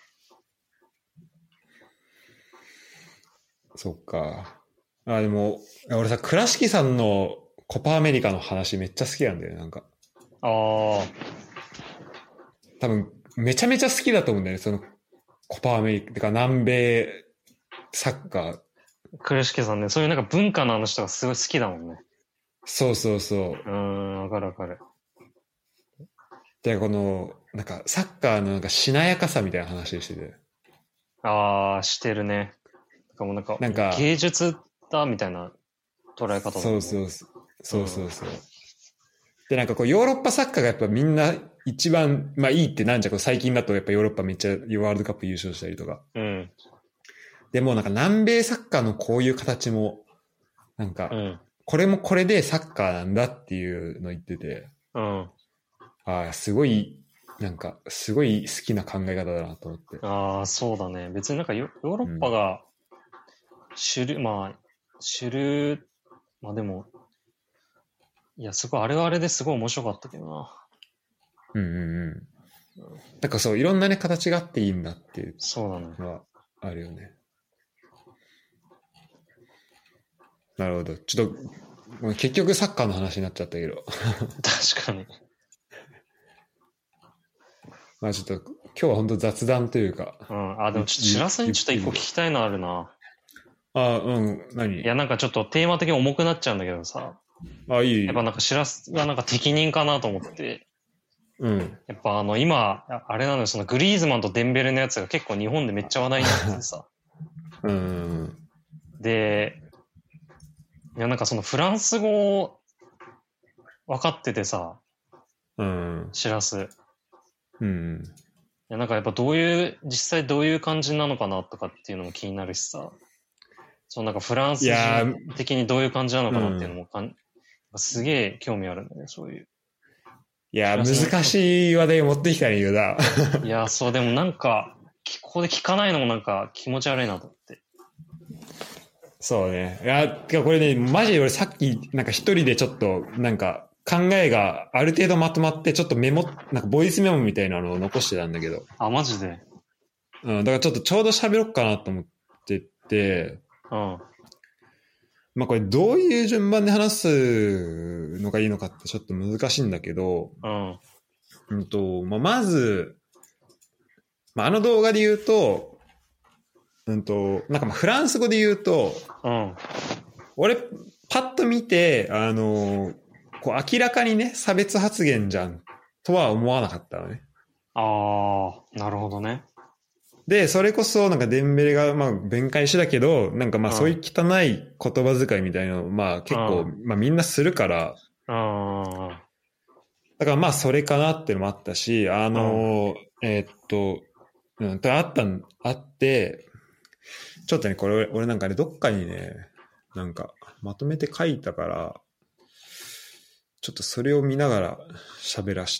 そっか。あ、でも、俺さ、倉敷さんのコパアメリカの話めっちゃ好きなんだよね、なんか。 ああ。 多分、めちゃめちゃ好きだと思うんだよね、その、コパアメリカ、てか南米サッカー。 倉敷さんね、そういうなんか文化の話とかすごい好きだもんね。 そうそうそう。 うーん、わかるわかる。 で、この、なんか、サッカーのなんかしなやかさみたいな話してて。 ああ、してるね。なんかもうなんか、なんか芸術だみたいな捉え方だ、ね。 そうそうそう。そうそうそう。うん、で、なんかこう、ヨーロッパサッカーがやっぱみんな一番、まあいいってなんじゃこう最近だとやっぱヨーロッパめっちゃワールドカップ優勝したりとか。 うん。 でもなんか南米サッカーのこういう形も、なんか、これもこれでサッカーなんだっていうの言ってて。 うん。 ああ、すごい、なんか、すごい好きな考え方だなと思って。 ああ、そうだね。別になんかヨーロッパが主流、うん、まあ、主流、まあでも、いや、すごい、あれはあれですごい面白かったけどな。 うんうんうん。なんかそう、いろんなね、形があっていいんだっていうのはあるよね。なるほど。ちょっと、結局サッカーの話になっちゃったけど。 確かに。 まあちょっと、今日は本当雑談というか。 うん。あ、でもちょっと白洲にちょっと一個聞きたいのあるな。 あ、うん、何？ いや、なんかちょっとテーマ的に重くなっちゃうんだけどさ。 あ、いい。 やっぱなんかシラスがなんか適任かなと思って。 うん。 やっぱあの今、あれなのよ、そのグリーズマンとデンベレのやつが結構日本でめっちゃ話題になっててさ。 うん。 で、いやなんかそのフランス語分かっててさ、 うん。 シラス。 うん。 いやなんかやっぱどういう、実際どういう感じなのかなとかっていうのも気になるしさ。そのなんかフランス人的にどういう感じなのかなっていうのもかん、うん、すげえ興味あるんだね、そういう。 いや、難しい話題を持ってきたんやだ。 いや、そう、でもなんか、ここで聞かないのもなんか気持ち悪いなと思って。 そうね。いや、これね、マジで俺さっき、なんか一人でちょっと、なんか考えがある程度まとまって、ちょっとメモ、なんかボイスメモみたいなのを残してたんだけど。 あ、マジで？ うん、だからちょっとちょうど喋ろっかなと思ってて、 うん。 まあこれどういう順番で話すのがいいのかってちょっと難しいんだけど、 うん。 うんと、まあ、まず、まあ、あの動画で言うと、うんと、なんかまあフランス語で言うと、 うん。 俺、パッと見て、あの、こう明らかにね、差別発言じゃん、とは思わなかったのね。 ああ、なるほどね。 で、それこそ、なんかデンベレが、まあ、弁解してたけど、なんかまあ、そういう汚い言葉遣いみたいなの、まあ、結構、 うん、 まあ、みんなするから、 うん。 だからまあ、それかなっていうのもあったし、あの、うん、えー、っと、うん、あったん、あって、ちょっとね、これ、俺なんかね、どっかにね、なんか、まとめて書いたから、ちょっとそれを見ながら喋らして、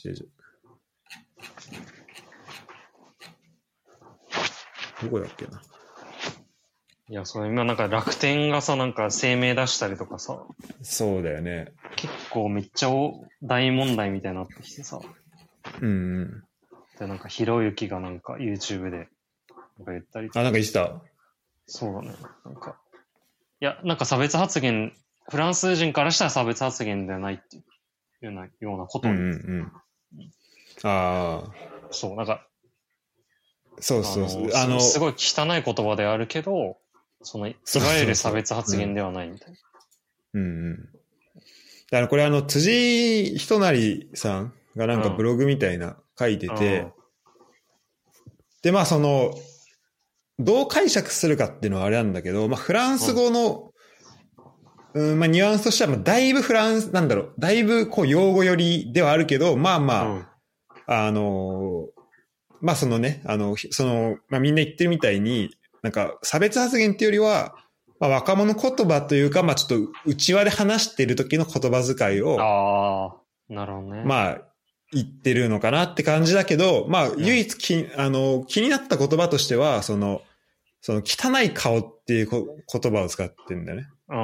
どこだっけな。 いや、そう、今なんか楽天がさ、なんか声明出したりとかさ。 そうだよね。 結構めっちゃ大問題みたいになってきてさ。 うん、うん。 で、なんかひろゆきがなんか YouTube でなんか言ったりとか。 あ、なんか言ってた。 そうだね。なんか。いや、なんか差別発言、フランス人からしたら差別発言ではないっていうような、ようなことを言って。 うんうんうん。ああ。 そう、なんか、 そうそうそう。 あの、すごい汚い言葉であるけど、その、いわゆる差別発言ではないみたいな。 うんうん。だからこれあの、辻仁成さんがなんかブログみたいな書いてて、うん、で、まあその、どう解釈するかっていうのはあれなんだけど、まあフランス語の、うん、まあニュアンスとしては、まあだいぶフランス、なんだろう、だいぶこう用語寄りではあるけど、まあまあ、うん、あの、まあそのね、あの、その、まあみんな言ってるみたいに、なんか差別発言っていうよりは、まあ、若者言葉というか、まあちょっと内輪で話してる時の言葉遣いを、 ああ、なるほどね。 まあ言ってるのかなって感じだけど、まあ唯一き、うん、あの、気になった言葉としては、その、その汚い顔っていう言葉を使ってるんだよね。 うん。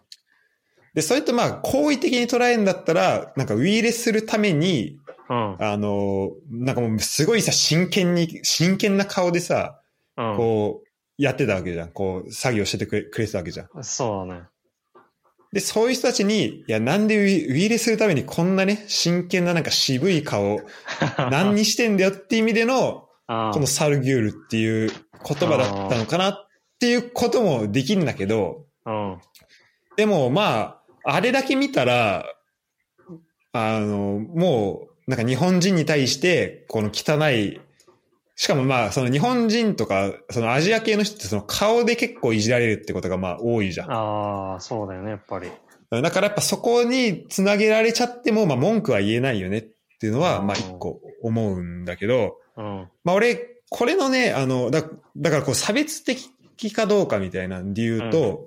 で、それとまあ好意的に捉えるんだったら、なんかウィーレするために、 うん、 あの、なんかもうすごいさ、真剣に、真剣な顔でさ、うん、こう、やってたわけじゃん。こう、作業しててくれ、くれてたわけじゃん。 そうだね。 で、そういう人たちに、いや、なんでウィーレするためにこんなね、真剣ななんか渋い顔、何にしてんだよっていう意味での、このサルギュールっていう言葉だったのかなっていうこともできるんだけど、 うん、 でもまあ、あれだけ見たら、あの、もう、なんか日本人に対して、この汚い、しかもまあ、その日本人とか、そのアジア系の人ってその顔で結構いじられるってことがまあ多いじゃん。 ああ、そうだよね、やっぱり。 だからやっぱそこにつなげられちゃっても、まあ文句は言えないよねっていうのは、まあ一個思うんだけど、 うん、 まあ俺、これのね、あの、だ、だからこう差別的かどうかみたいなんで言うと、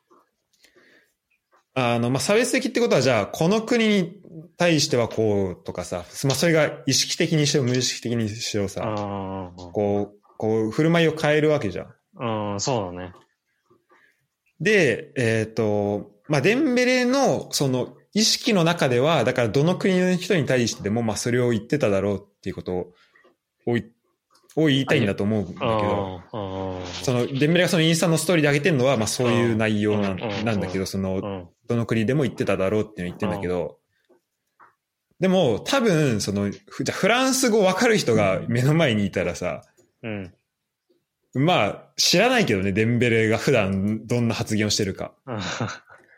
うん、あの、まあ差別的ってことはじゃあ、この国に対してはこうとかさ、まあそれが意識的にしろ無意識的にしろさ、こう、こう振る舞いを変えるわけじゃん。 うん、そうだね。 で、えっと、まあデンベレのその意識の中では、だからどの国の人に対してでもまあそれを言ってただろうっていうことを、を言いたいんだと思うんだけど、そのデンベレがそのインスタのストーリーで上げてるのはまあそういう内容なんなんだけど、そのどの国でも言ってただろうっていうのを言ってるんだけど、でも多分そのじゃフランス語わかる人が目の前にいたらさ、 うん、 まあ知らないけどね、デンベレが普段どんな発言をしてるか。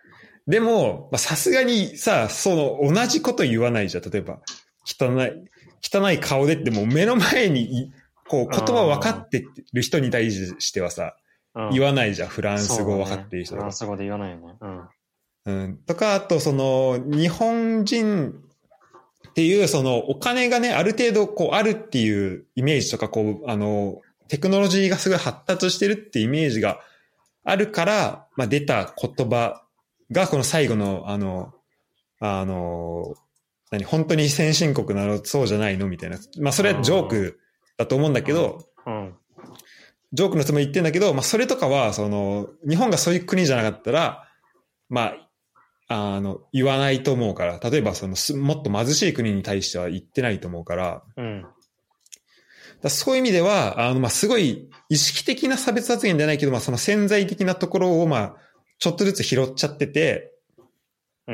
でも、さすがにさ、その同じこと言わないじゃん。例えば、汚い、汚い顔でってもう目の前に、こう言葉分かってる人に対してはさ、言わないじゃん。フランス語分かってる人、 ね、フランス語で言わないよね。うん。 うん。とか、あとその、日本人っていう、その、お金がね、ある程度こうあるっていうイメージとか、こう、あの、テクノロジーがすごい発達してるってイメージがあるから、まあ出た言葉がこの最後の、あの、あの、何、本当に先進国なの、そうじゃないのみたいな。まあそれはジョークだと思うんだけど、 うんうん、 ジョークのつもり言ってんだけど、まあそれとかは、その、日本がそういう国じゃなかったら、まあ、あの、言わないと思うから、例えばその、もっと貧しい国に対しては言ってないと思うから、 うん、 だそういう意味では、あの、まあ、すごい意識的な差別発言じゃないけど、まあ、その潜在的なところを、まあ、ちょっとずつ拾っちゃってて、 うん、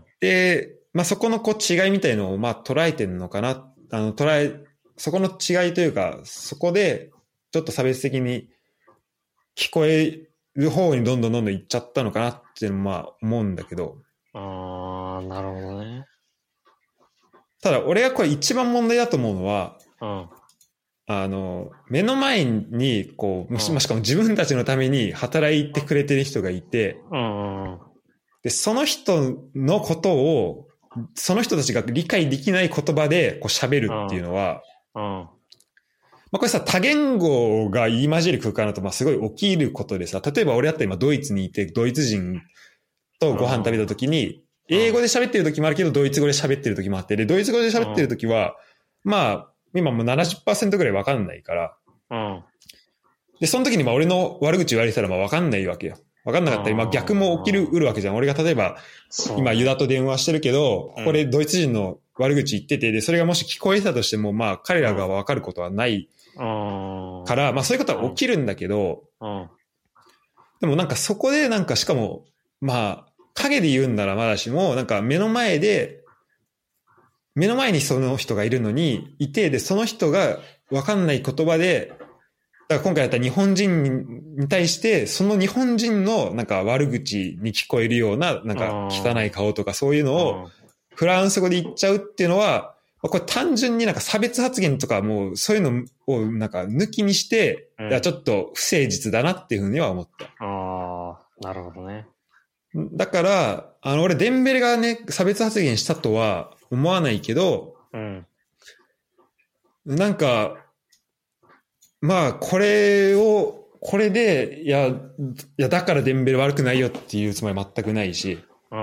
で、まあ、そこのこう違いみたいのを、まあ、捉えてるのかな、あの、捉え、そこの違いというか、そこで、ちょっと差別的に聞こえる方にどんどんどんどん行っちゃったのかなっていうのも、まあ、思うんだけど。 ああ、なるほどね。 ただ、俺がこれ一番問題だと思うのは、 うん。 あの、目の前に、こう、しかも自分たちのために働いてくれてる人がいて、 うんうん、 で、その人のことを、その人たちが理解できない言葉でこう喋るっていうのは、 うんうん、 まあこれさ、多言語が言い混じる空間だと、まあすごい起きることでさ、例えば俺だったら今ドイツにいて、ドイツ人とご飯食べた時に、英語で喋ってる時もあるけど、ドイツ語で喋ってる時もあって、で、ドイツ語で喋ってる時は、まあ、今もう ななじゅっパーセント ぐらい分かんないから、 うん、 で、その時にまあ俺の悪口言われてたらまあ分かんないわけよ。分かんなかったり、まあ逆も起きる、うるわけじゃん。俺が例えば、今ユダと電話してるけど、ここでドイツ人の悪口言ってて、で、それがもし聞こえてたとしても、まあ彼らが分かることはないから、まあそういうことは起きるんだけど、でもなんかそこでなんかしかも、まあ、影で言うんならまだしも、なんか目の前で、目の前にその人がいるのにいて、で、その人が分かんない言葉で、だから今回だったら日本人に対して、その日本人のなんか悪口に聞こえるような、なんか汚い顔とかそういうのをフランス語で言っちゃうっていうのは、これ単純になんか差別発言とかもうそういうのをなんか抜きにして、いやちょっと不誠実だなっていうふうには思った。 ああ、なるほどね。 だから、あの俺デンベレがね、差別発言したとは思わないけど、 うん、 なんか、まあ、これを、これで、いや、いや、だからデンベレ悪くないよっていうつもりは全くないし、 うん、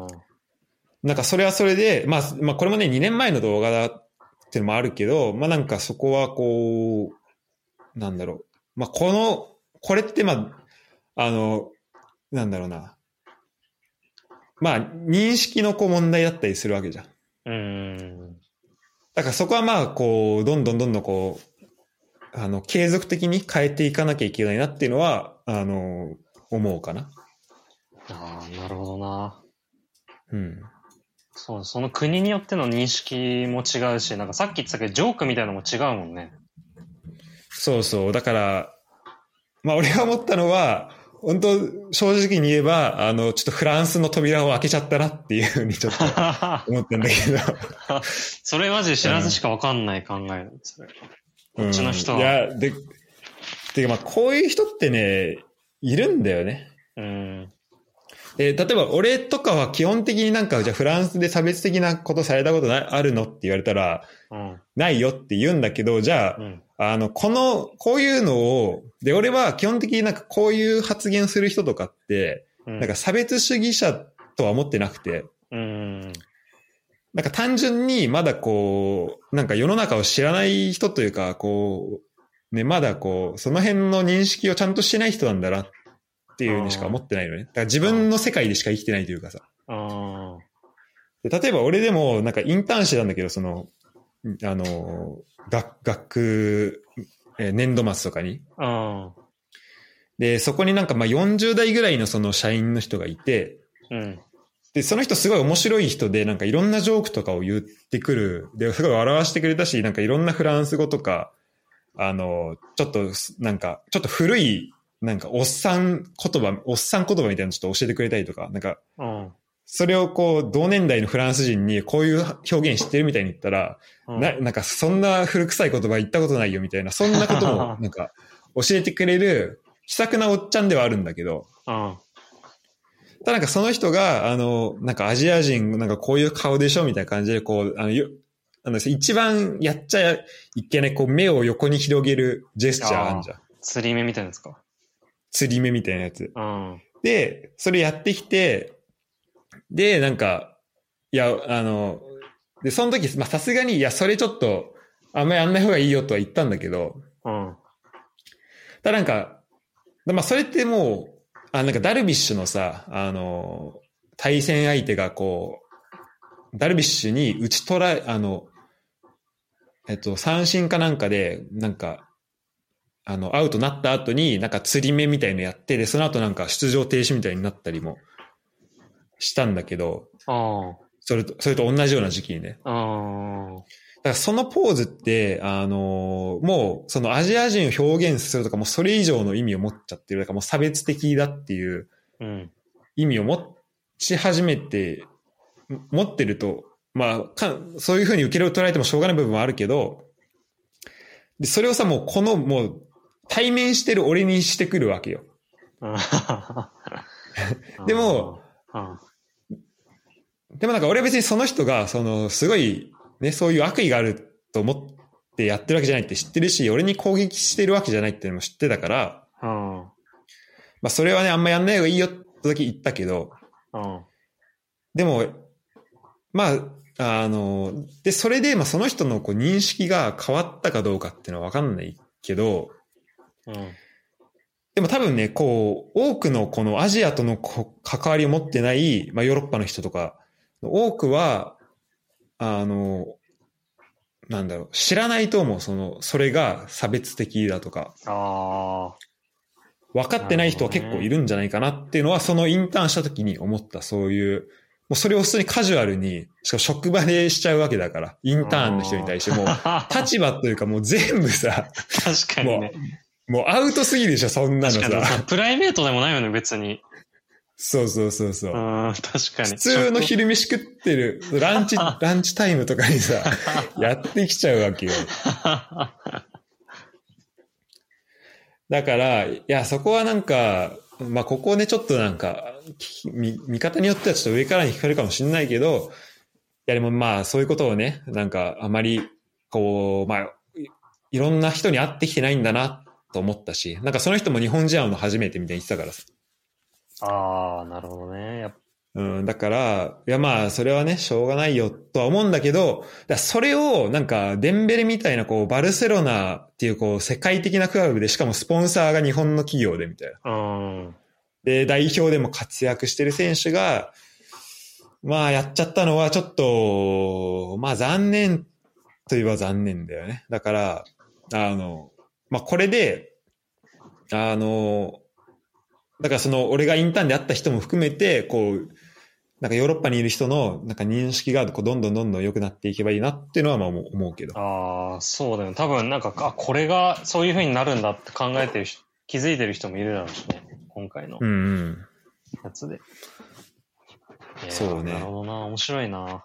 なんかそれはそれで、まあ、まあ、これもね、にねんまえの動画だっていうのもあるけど、まあなんかそこはこう、なんだろう。まあ、この、これってまあ、あの、なんだろうな。まあ、認識のこう問題だったりするわけじゃん。 うん。 だからそこはまあ、こう、どんどんどんどんこう、あの、継続的に変えていかなきゃいけないなっていうのは、あの、思うかな。 ああ、なるほどな。 うん。 そう、その国によっての認識も違うし、なんかさっき言ってたけど、ジョークみたいなのも違うもんね。 そうそう。だから、まあ俺が思ったのは、本当正直に言えば、あの、ちょっとフランスの扉を開けちゃったなっていうふうにちょっと思ったんだけど。 それマジで知らずしかわかんない考えなんですね。こっちの人は。 うん、いや、で、てかまあこういう人ってね、いるんだよね。 うん。 で、例えば俺とかは基本的になんか、じゃあフランスで差別的なことされたことなあるのって言われたら、うん、ないよって言うんだけど、じゃあ、うん、あの、この、こういうのを、で、俺は基本的になんかこういう発言する人とかって、うん、なんか差別主義者とは思ってなくて、うん、なんか単純にまだこう、なんか世の中を知らない人というか、こう、ね、まだこう、その辺の認識をちゃんとしてない人なんだなっていうにしか思ってないのね。だから自分の世界でしか生きてないというかさ。で例えば俺でもなんかインターンしてたんだけど、その、あの、学、学、えー、年度末とかに。で、そこになんかまあよんじゅう代ぐらいのその社員の人がいて、うん、で、その人すごい面白い人で、なんかいろんなジョークとかを言ってくる。で、すごい笑わせてくれたし、なんかいろんなフランス語とか、あの、ちょっと、なんか、ちょっと古いなんかおっさん言葉、おっさん言葉みたいなのちょっと教えてくれたりとか、なんか、 うん、 それをこう、同年代のフランス人にこういう表現知ってるみたいに言ったら、 うん、 な、なんかそんな古臭い言葉言ったことないよみたいな、そんなこともなんか教えてくれる気さくなおっちゃんではあるんだけど、 うん、 ただなんかその人が、あの、なんかアジア人、なんかこういう顔でしょみたいな感じで、こう、あの、よあの一番やっちゃいけない、こう目を横に広げるジェスチャーあるじゃん。 釣り目みたいなやつか。 釣り目みたいなやつ。 うん。 で、それやってきて、で、なんか、いや、あの、で、その時、まあ、さすがに、いや、それちょっと、あんまりやんない方がいいよとは言ったんだけど、 うん。 ただなんか、まあ、それってもう、あ、なんかダルビッシュのさ、あの、対戦相手がこう、ダルビッシュに打ち取ら、あの、えっと、三振かなんかで、なんか、あの、アウトなった後に、なんか釣り目みたいのやって、で、その後なんか出場停止みたいになったりもしたんだけど、 ああ。 それと、それと同じような時期にね。 ああ。 だからそのポーズって、あのー、もう、そのアジア人を表現するとか、もうそれ以上の意味を持っちゃってる。だからもう差別的だっていう意味を持ち始めて、持ってると、まあか、そういうふうに受け取られてもしょうがない部分はあるけど、で、それをさ、もうこの、もう、対面してる俺にしてくるわけよ。でも、でもなんか俺は別にその人が、その、すごい、ね、そういう悪意があると思ってやってるわけじゃないって知ってるし、俺に攻撃してるわけじゃないっていうのも知ってたから、 うん、 まあそれはね、あんまやんない方がいいよってだけ言ったけど、 うん、 でも、まあ、あの、で、それで、まあその人のこう認識が変わったかどうかっていうのはわかんないけど、 うん、 でも多分ね、こう、多くのこのアジアとのこ関わりを持ってない、まあヨーロッパの人とか、多くは、あの、なんだろう、知らないと思う、その、それが差別的だとか。 ああ。 分かってない人は結構いるんじゃないかなっていうのは、そのインターンした時に思った、そういう、もうそれを普通にカジュアルに、しかも職場でしちゃうわけだから、インターンの人に対してもう、立場というかもう全部さ、 確かにね。 もう、もうアウトすぎるでしょ、そんなのさ。 確かにプライベートでもないよね、別に。 そうそうそうそう。 うん、確かに。 普通の昼飯食ってる、ランチ、ランチタイムとかにさ、やってきちゃうわけよ。だから、いや、そこはなんか、まあ、ここね、ちょっとなんか、見、見方によってはちょっと上からに聞かれるかもしれないけど、いや、でもまあ、そういうことをね、なんか、あまり、こう、まあ、いろんな人に会ってきてないんだな、と思ったし、なんかその人も日本人会うの初めてみたいに言ってたからさ。 ああ、なるほどね。やっうん、だから、いやまあ、それはね、しょうがないよとは思うんだけど、だそれを、なんか、デンベレみたいな、こう、バルセロナっていう、こう、世界的なクラブで、しかもスポンサーが日本の企業で、みたいな。 うん。 で、代表でも活躍してる選手が、まあ、やっちゃったのは、ちょっと、まあ、残念といえば残念だよね。だから、あの、まあ、これで、あの、だからその、俺がインターンで会った人も含めて、こう、なんかヨーロッパにいる人のなんか認識がこうどんどんどんどん良くなっていけばいいなっていうのはまあ思うけど。 ああ、そうだよね。多分なんか、あ、これがそういう風になるんだって考えてる人、気づいてる人もいるだろうしね。今回のやつで。 うんうん、そうね。 なるほどな。面白いな。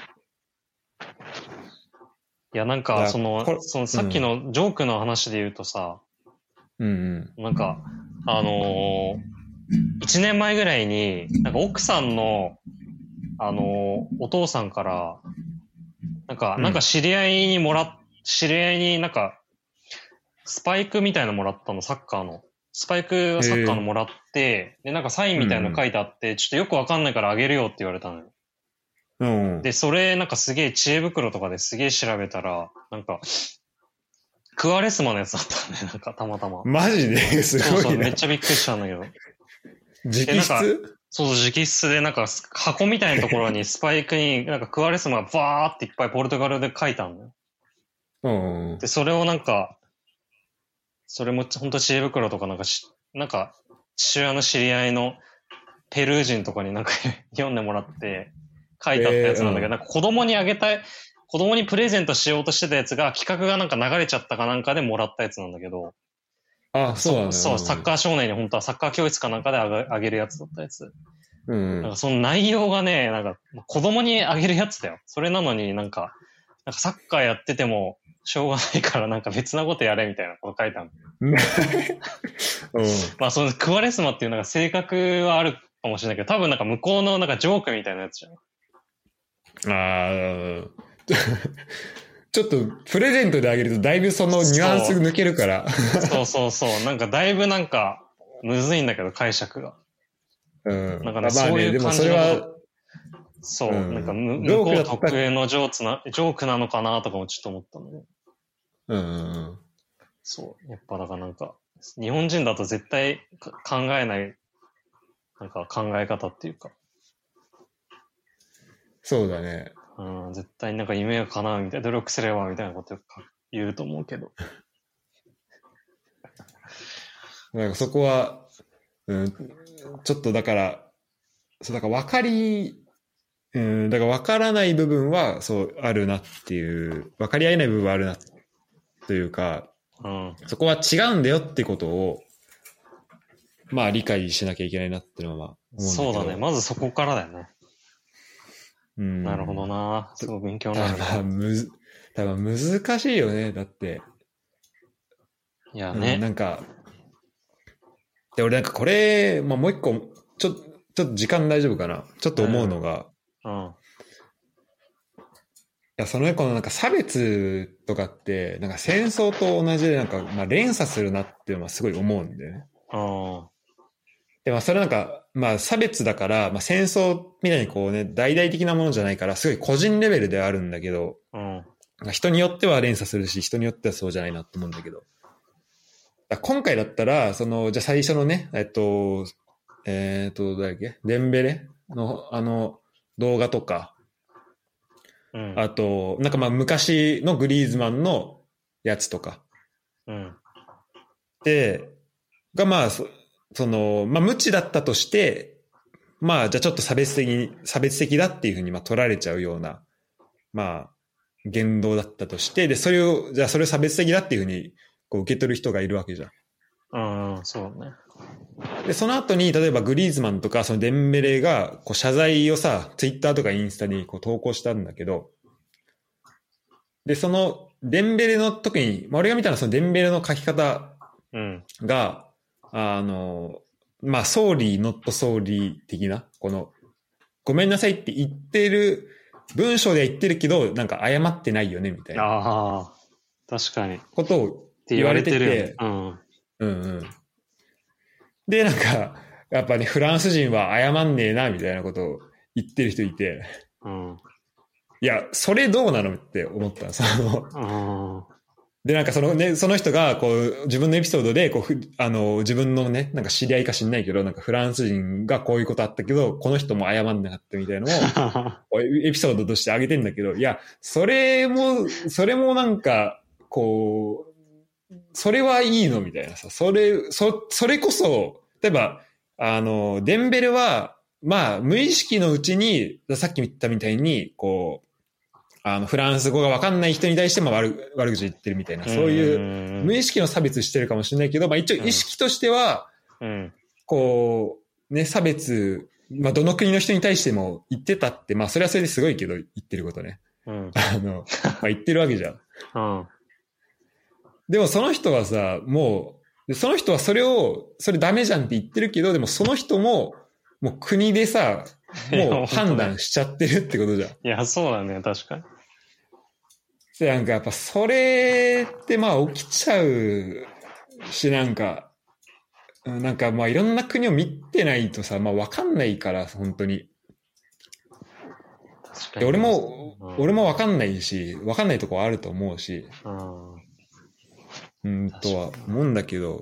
いや、なんか、その、そのさっきのジョークの話で言うとさ、 うんうん、なんか、あのー、一年前ぐらいに、なんか奥さんの、あのー、お父さんから、なんか、なんか知り合いにもらっ、知り合いになんか、スパイクみたいなのもらったの、サッカーの。スパイクサッカーのもらって、で、なんかサインみたいなの書いてあって、ちょっとよくわかんないからあげるよって言われたのよ。 うん、 で、それなんかすげえ知恵袋とかですげえ調べたら、なんか、クアレスマのやつだったね、なんかたまたま。 マジですごいな。 そうそう、めっちゃびっくりしたんだけど。 直筆そうそう、直筆でなんか箱みたいなところにスパイクになんかクアレスマがバーっていっぱいポルトガルで書いたんだよ。 うん、 で、それをなんか、それも本当知恵袋とかなんかし、なんか父親の知り合いのペルー人とかになんか読んでもらって書いてあったやつなんだけど、えーうん、なんか子供にあげたい、子供にプレゼントしようとしてたやつが企画がなんか流れちゃったかなんかでもらったやつなんだけど、 あ、そうなんだ。 そう、サッカー少年に本当はサッカー教室かなんかであげあげるやつだったやつ。 うん。 なんかその内容がね、なんか子供にあげるやつだよ。それなのになんか、なんかサッカーやっててもしょうがないからなんか別なことやれみたいなこと書いてある。 うん。 まあそのクワレスマっていうなんか性格はあるかもしれないけど、多分なんか向こうのなんかジョークみたいなやつじゃん。 ああ、ちょっとプレゼントであげるとだいぶそのニュアンス抜けるから。 そうそうそう。なんかだいぶなんかむずいんだけど解釈が。 うん。 なんかね、そういう感じのこと。そう、うん、なんか向こう特有のジョークな、ジョークなのかなとかもちょっと思ったのね。 うん。 そう。やっぱだからなんか、日本人だと絶対考えない、なんか考え方っていうか。 そうだね。 うん、絶対なんか夢が叶うみたいな、努力すればみたいなこと言うと思うけど。 なんかそこは、うん、ちょっとだから、そうだから分かり、うん、だから分からない部分はそうあるなっていう、分かり合えない部分はあるなというか、 うん、 そこは違うんだよってことを、まあ理解しなきゃいけないなっていうのは思うんだけど。 そうだね。まずそこからだよね。 うん、 なるほどな。すごい勉強になるな。 だからむず、だから難しいよね。だって。 いやね。 うん、なんか、で、俺なんかこれ、まあ、もう一個、ちょ、ちょっと時間大丈夫かな。ちょっと思うのが、 うん。うん、 いや、そのこのなんか差別とかって、なんか戦争と同じでなんか、まあ連鎖するなっていうのはすごい思うんだよね。 うん。 で、まあそれなんか、まあ差別だから、まあ戦争みたいにこうね、大々的なものじゃないから、すごい個人レベルではあるんだけど、 うん。 人によっては連鎖するし、人によってはそうじゃないなと思うんだけど。今回だったら、その、じゃあ最初のね、えっと、えっと、誰だっけデンベレのあの動画とか、うん、あと、なんかまあ昔のグリーズマンのやつとか。 うん。 で、がまあ、そ, その、まあ無知だったとして、まあじゃあちょっと差別的に、差別的だっていうふうにまあ取られちゃうような、まあ、言動だったとして、で、それを、じゃあそれを差別的だっていうふうにこう受け取る人がいるわけじゃん。 うん、そうね。 で、その後に、例えばグリーズマンとか、そのデンベレが、こう謝罪をさ、ツイッターとかインスタにこう投稿したんだけど、で、その、デンベレの、特に、まあ、俺が見たのはそのデンベレの書き方が、うん、あの、まあ、ソーリー、ノットソーリー的な、この、ごめんなさいって言ってる、文章では言ってるけど、なんか謝ってないよね、みたいな。 ああ、確かに。 ことを言われてて、てうん。 うんうん。で、なんか、やっぱね、フランス人は謝んねえな、みたいなことを言ってる人いて、 うん。 いや、それどうなのって思った。その、 で、なんかそのね、その人が、こう、自分のエピソードで、こう、あの、自分のね、なんか知り合いか知んないけど、なんかフランス人がこういうことあったけど、この人も謝んなかったみたいなのを、エピソードとしてあげてんだけど、いや、それも、それもなんか、こう、それはいいのみたいなさ、それ、そ、それこそ、例えば、あの、デンベルは、まあ、無意識のうちに、さっき言ったみたいに、こう、あの、フランス語が分かんない人に対しても悪、悪口言ってるみたいな、そういう無意識の差別してるかもしれないけど、まあ一応意識としては、 うん、 こう、ね、差別、まあどの国の人に対しても言ってたって、まあそれはそれですごいけど、言ってることね。 うん、 あの、まあ言ってるわけじゃん。 うん、 でもその人はさ、もう、その人はそれを、それダメじゃんって言ってるけど、でもその人も、もう国でさ、もう判断しちゃってるってことじゃん。いや、そうだね、確かに。 なんかやっぱそれってまあ起きちゃうし、なんか、なんかまあいろんな国を見てないとさ、まあわかんないから、本当に。 確かに。 俺も、うん、俺もわかんないし、わかんないとこはあると思うし、うん、うんとは思うんだけど、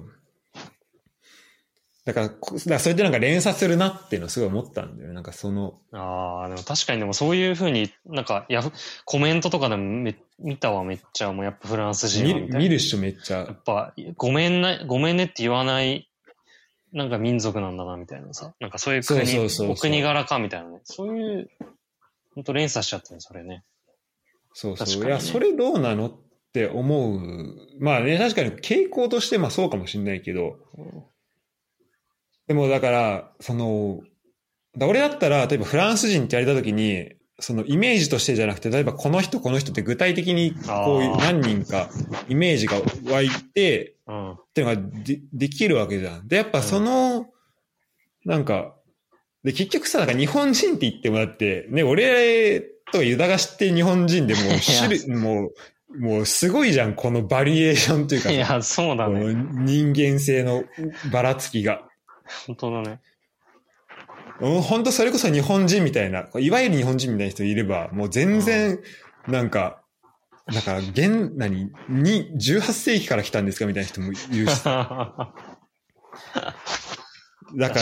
だから、だからそれでなんか連鎖するなっていうのをすごい思ったんだよね。なんかその。 ああ、でも確かにでもそういうふうになんか、やコメントとかでもめ見たわめっちゃ、もうやっぱフランス人はみたいな。 見る人めっちゃ。 やっぱ、ごめんな、ごめんねって言わない、なんか民族なんだなみたいなさ。なんかそういう国、そうそうそうそうお国柄かみたいなね。そういう、ほんと連鎖しちゃってるそれね。 そうそう。ね、いや、それどうなのっって思う。まあね、確かに傾向としてまあそうかもしれないけど、うん、でもだから、その、だ俺だったら、例えばフランス人ってやれたときに、そのイメージとしてじゃなくて、例えばこの人この人って具体的にこういう何人かイメージが湧いて、っていうのが で, できるわけじゃん。で、やっぱその、うん、なんか、で、結局さ、なんか日本人って言ってもらって、ね、俺とユダが知ってる日本人でも種類、もう、もうすごいじゃん、このバリエーションというか。 いや、そうだね。 人間性のばらつきが。 本当だね。 本当それこそ日本人みたいな、いわゆる日本人みたいな人いれば、もう全然、なんか、だから、現、何に、じゅうはっ世紀から来たんですかみたいな人もいるし。だから、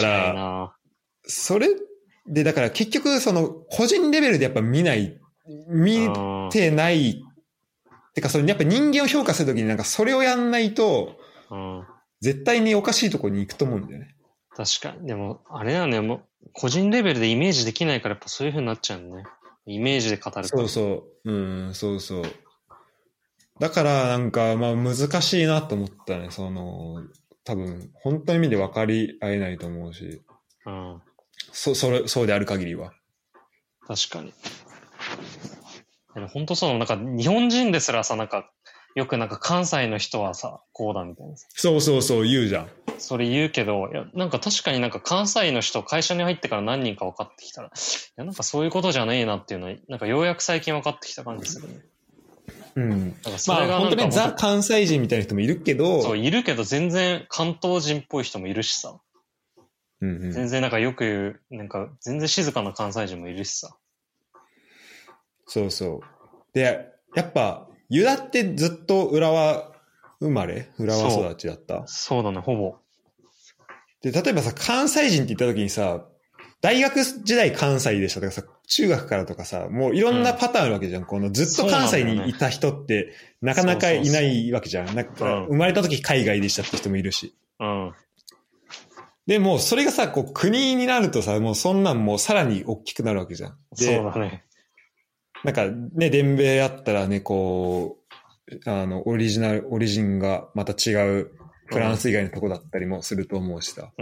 それで、だから結局、その、個人レベルでやっぱ見ない、見てない、てか、それやっぱ人間を評価するときになんかそれをやんないと、絶対におかしいところに行くと思うんだよね。 確かに。でも、あれだね、もう、個人レベルでイメージできないからやっぱそういう風になっちゃうね。イメージで語るから。 そうそう。うん、そうそう。だからなんかまあ難しいなと思ったね。その、多分本当に意味で分かり合えないと思うし。うん。そ、それ、そうである限りは。 確かに。でも本当そう、なんか日本人ですらさ、なんか、よくなんか関西の人はさ、こうだみたいな。 そうそうそう、言うじゃん。 それ言うけど、いや、なんか確かになんか関西の人、会社に入ってから何人か分かってきたら、いや、なんかそういうことじゃねえなっていうのは、なんかようやく最近分かってきた感じするね。 うん。まあ本当にザ関西人みたいな人もいるけど。 そう、いるけど全然関東人っぽい人もいるしさ。うんうん、全然なんかよく言う、なんか全然静かな関西人もいるしさ。 そうそう。で、やっぱ、ユダってずっと浦和生まれ浦和育ちだったそ, そうだね、ほぼ。 で、例えばさ、関西人って言った時にさ、大学時代関西でしたとかさ、中学からとかさ、もういろんなパターンあるわけじゃん。うん、このずっと関西にいた人ってなかなかいないわけじゃん。なんか生まれた時海外でしたって人もいるし。うん。で、もうそれがさ、こう国になるとさ、もうそんなんもうさらに大きくなるわけじゃん。 で、そうだね。 なんかね、伝米あったらね、こう、あの、オリジナル、オリジンがまた違うフランス以外のとこだったりもすると思うしさ。うん。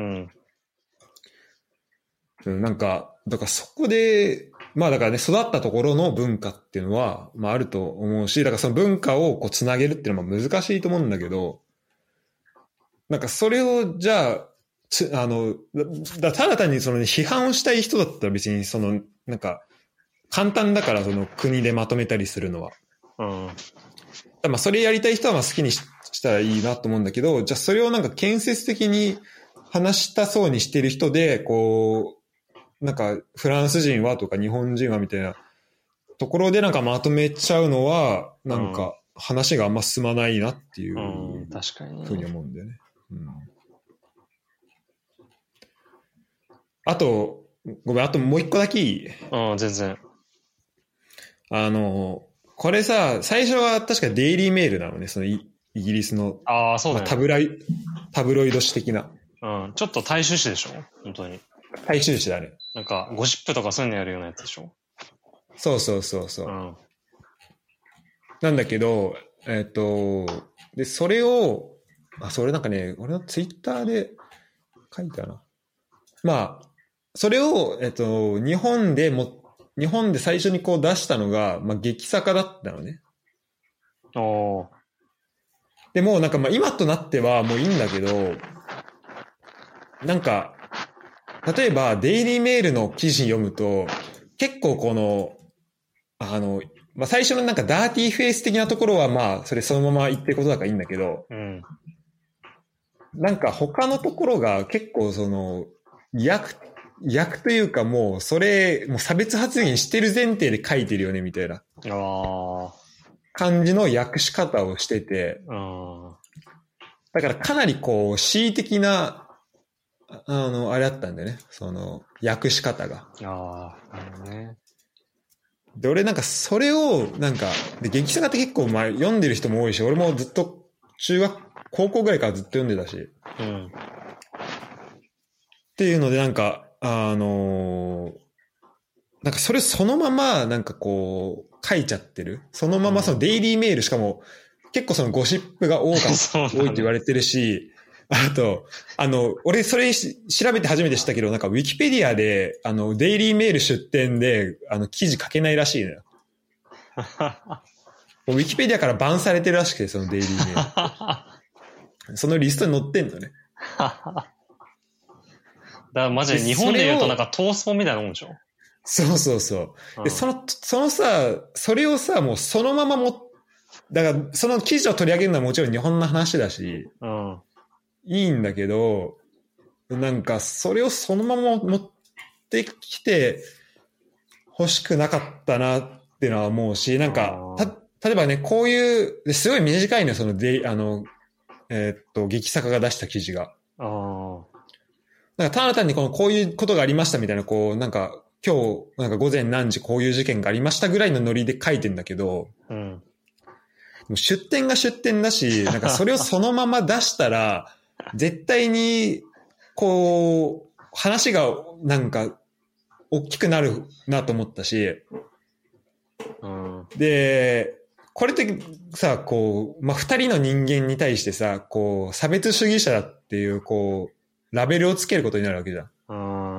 なんか、だからそこで、まあだからね、育ったところの文化っていうのは、まああると思うし、だからその文化をこうつなげるっていうのは難しいと思うんだけど、なんかそれをじゃあ、つあの、だただ単にその、ね、批判をしたい人だったら別にその、なんか、簡単だからその国でまとめたりするのは。うん。まあそれやりたい人はまあ好きに し, したらいいなと思うんだけど、じゃあそれをなんか建設的に話したそうにしてる人で、こう、なんかフランス人はとか日本人はみたいなところでなんかまとめちゃうのは、なんか話があんま進まないなっていうふうに思うんだよね。うん、あと、ごめん、あともう一個だけいい？ うん、全然。 あの、これさ、最初は確かデイリーメールなのね、そのイギリスの。 ああ、そうだね。 タブライ、タブロイド紙的な。 うん、ちょっと大衆紙でしょ本当に。 大衆紙だね。 なんか、ゴシップとかそういうのやるようなやつでしょそうそうそうそう。うん、なんだけど、えっと、で、それを、あ、それなんかね、俺のツイッターで書いたな。まあ、それを、えっと、日本でも、日本で最初にこう出したのが、まあ、劇作家だったのね。おー。でも、なんかまあ今となってはもういいんだけど、なんか、例えばデイリーメールの記事読むと、結構この、あの、まあ最初のなんかダーティーフェイス的なところはまあ、それそのまま言ってることだからいいんだけど、うん、なんか他のところが結構その、役、役というかもう、それ、もう差別発言してる前提で書いてるよね、みたいな。感じの訳し方をしてて。だからかなりこう、恣意的な、あの、あれだったんだよね。その、訳し方が。ああ、なるほどね。で、俺なんかそれを、なんか、で、劇作家って結構、まあ、読んでる人も多いし、俺もずっと、中学、高校ぐらいからずっと読んでたし。うん。っていうので、なんか、あのー、なんかそれそのまま、なんかこう、書いちゃってる。そのままそのデイリーメール、しかも、 結構そのゴシップが多かった、多いって言われてるし、あと、あの、俺それ調べて初めて知ったけど、なんかウィキペディアで、あの、デイリーメール出展で、あの、記事書けないらしいのよ。ウィキペディアからバンされてるらしくて、そのデイリーメール。そのリストに載ってんのね。 だからマジで日本で言うとなんかトースポみたいなもんでしょ。そうそうそう。うん、で、その、そのさ、それをさ、もうそのままも、だからその記事を取り上げるのはもちろん日本の話だし、うん、いいんだけど、なんかそれをそのまま持ってきて欲しくなかったなっていうのは思うし、なんか、た、例えばね、こういう、すごい短いね、そので、あの、えー、っと、劇作家が出した記事が。あなんかただ単にこのこういうことがありましたみたいな、こう、なんか、今日、なんか午前何時こういう事件がありましたぐらいのノリで書いてんだけど、うん、出典が出典だし、なんかそれをそのまま出したら、絶対に、こう、話がなんか、大きくなるなと思ったし、うん、で、これってさ、こう、まあ、二人の人間に対してさ、こう、差別主義者だっていう、こう、ラベルをつけることになるわけじゃん。 うん、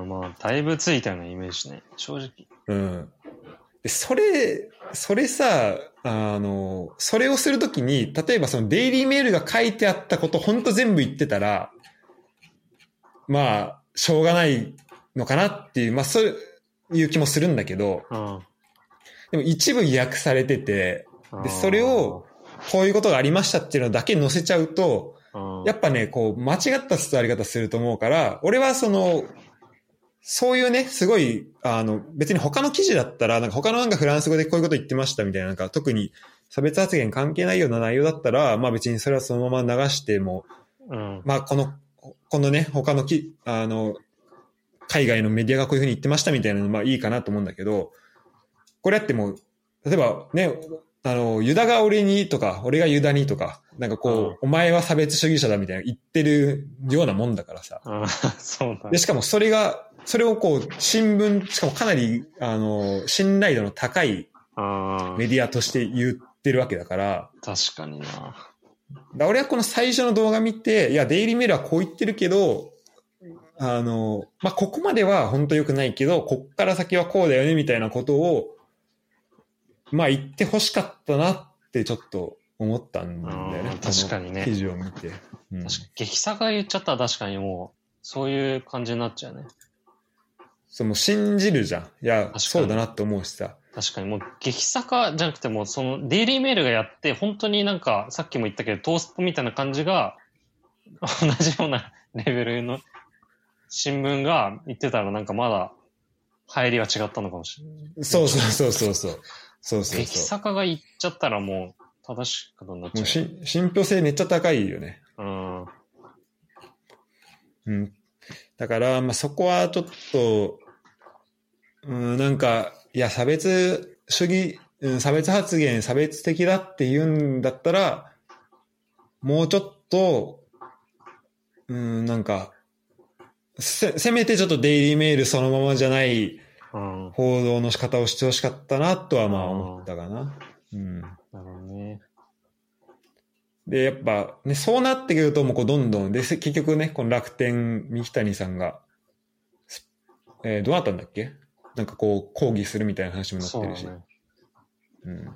まあ、だいぶついたようなイメージね、正直。 うん。で、それ、それさ、あの、それをするときに、例えばそのデイリーメールが書いてあったこと、ほんと全部言ってたら、まあ、しょうがないのかなっていう、まあ、そういう気もするんだけど、うん、でも一部意訳されてて、で、それを、こういうことがありましたっていうのだけ載せちゃうと、やっぱね、こう、間違った伝わり方すると思うから、俺はその、そういうね、すごい、あの、別に他の記事だったら、なんか他のなんかフランス語でこういうこと言ってましたみたいな、なんか特に差別発言関係ないような内容だったら、まあ別にそれはそのまま流しても、うん、まあこの、このね、他のき、あの、海外のメディアがこういうふうに言ってましたみたいなのまあいいかなと思うんだけど、これやってもう、例えばね、あの、ユダが俺にとか、俺がユダにとか、なんかこう、うん、お前は差別主義者だみたいな言ってるようなもんだからさ。 うん、そうだ。 で、しかもそれが、それをこう、新聞、しかもかなり、あの、信頼度の高いメディアとして言ってるわけだから。 確かにな。 だ俺はこの最初の動画見て、いや、デイリーメールはこう言ってるけど、あの、まあ、ここまでは本当良くないけど、こっから先はこうだよねみたいなことを、まあ、言って欲しかったなってちょっと思ったんだよね。 確かにね。 記事を見て。 うん、確かに激差が言っちゃったら確かにもう、そういう感じになっちゃうね。 そう、もう信じるじゃん。いや、そうだなって思うしさ。 確かにもう激差化じゃなくても、そのデイリーメールがやって、本当になんか、さっきも言ったけど、トースポみたいな感じが、同じようなレベルの新聞が言ってたらなんかまだ入りは違ったのかもしれない。 そうそうそうそうそう。そうそうそう。 激差化が言っちゃったらもう正しくなっちゃう。もうし信憑性めっちゃ高いよね。 うん。 うん。だから、まあ、そこはちょっと、うん、なんか、いや、差別主義、うん、差別発言、差別的だって言うんだったら、もうちょっと、うん、なんか、せ、せめてちょっとデイリーメールそのままじゃない報道の仕方をしてほしかったなとはまあ思ったかな。うん。なるほどね。 で、やっぱね、そうなってくるともうこうどんどん、で、結局ね、この楽天三木谷さんが、えー、どうなったんだっけ？なんかこう抗議するみたいな話もなってるし。うね、うん。い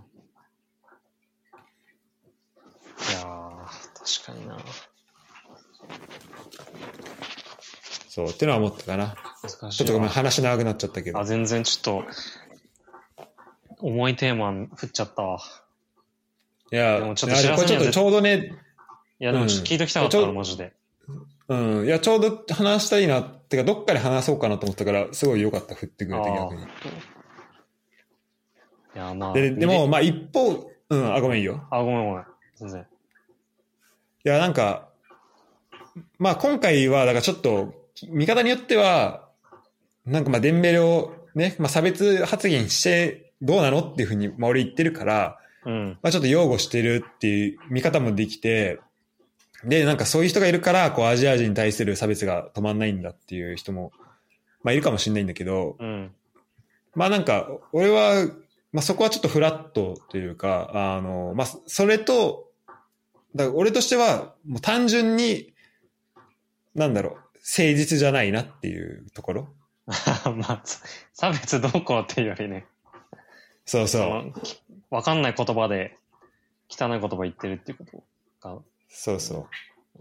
やー、確かにな。 そう、ってのは思ったかな。ちょっとごめん、話長くなっちゃったけど。 あ、全然ちょっと、重いテーマ振っちゃったわ。 いや、 でもちょっとこれちょっとちょうどね、 いや、でもちょっと聞いときたかったから、うん、マジで。 うん。いや、ちょうど話したいな、ってか、どっかで話そうかなと思ったから、すごい良かった、振ってくれて逆に。いや、まあ。 で、でも、まあ一方、うん、あ、ごめんいいよ。 あ、ごめんごめん。全然。いや、なんか、まあ今回は、だからちょっと、見方によっては、なんかまあデンベレをね、まあ差別発言してどうなのっていうふうに、まあ俺言ってるから、うん、まあちょっと擁護してるっていう見方もできて、で、なんかそういう人がいるから、こうアジア人に対する差別が止まんないんだっていう人も、まあいるかもしれないんだけど、うん、まあなんか、俺は、まあそこはちょっとフラットというか、あの、まあそれと、 だから俺としては、もう単純に、なんだろう、誠実じゃないなっていうところ。 まあ、差別どうこうっていうよりね。 そうそう。 そのわかんない言葉で汚い言葉言ってるっていうことが。 そうそう。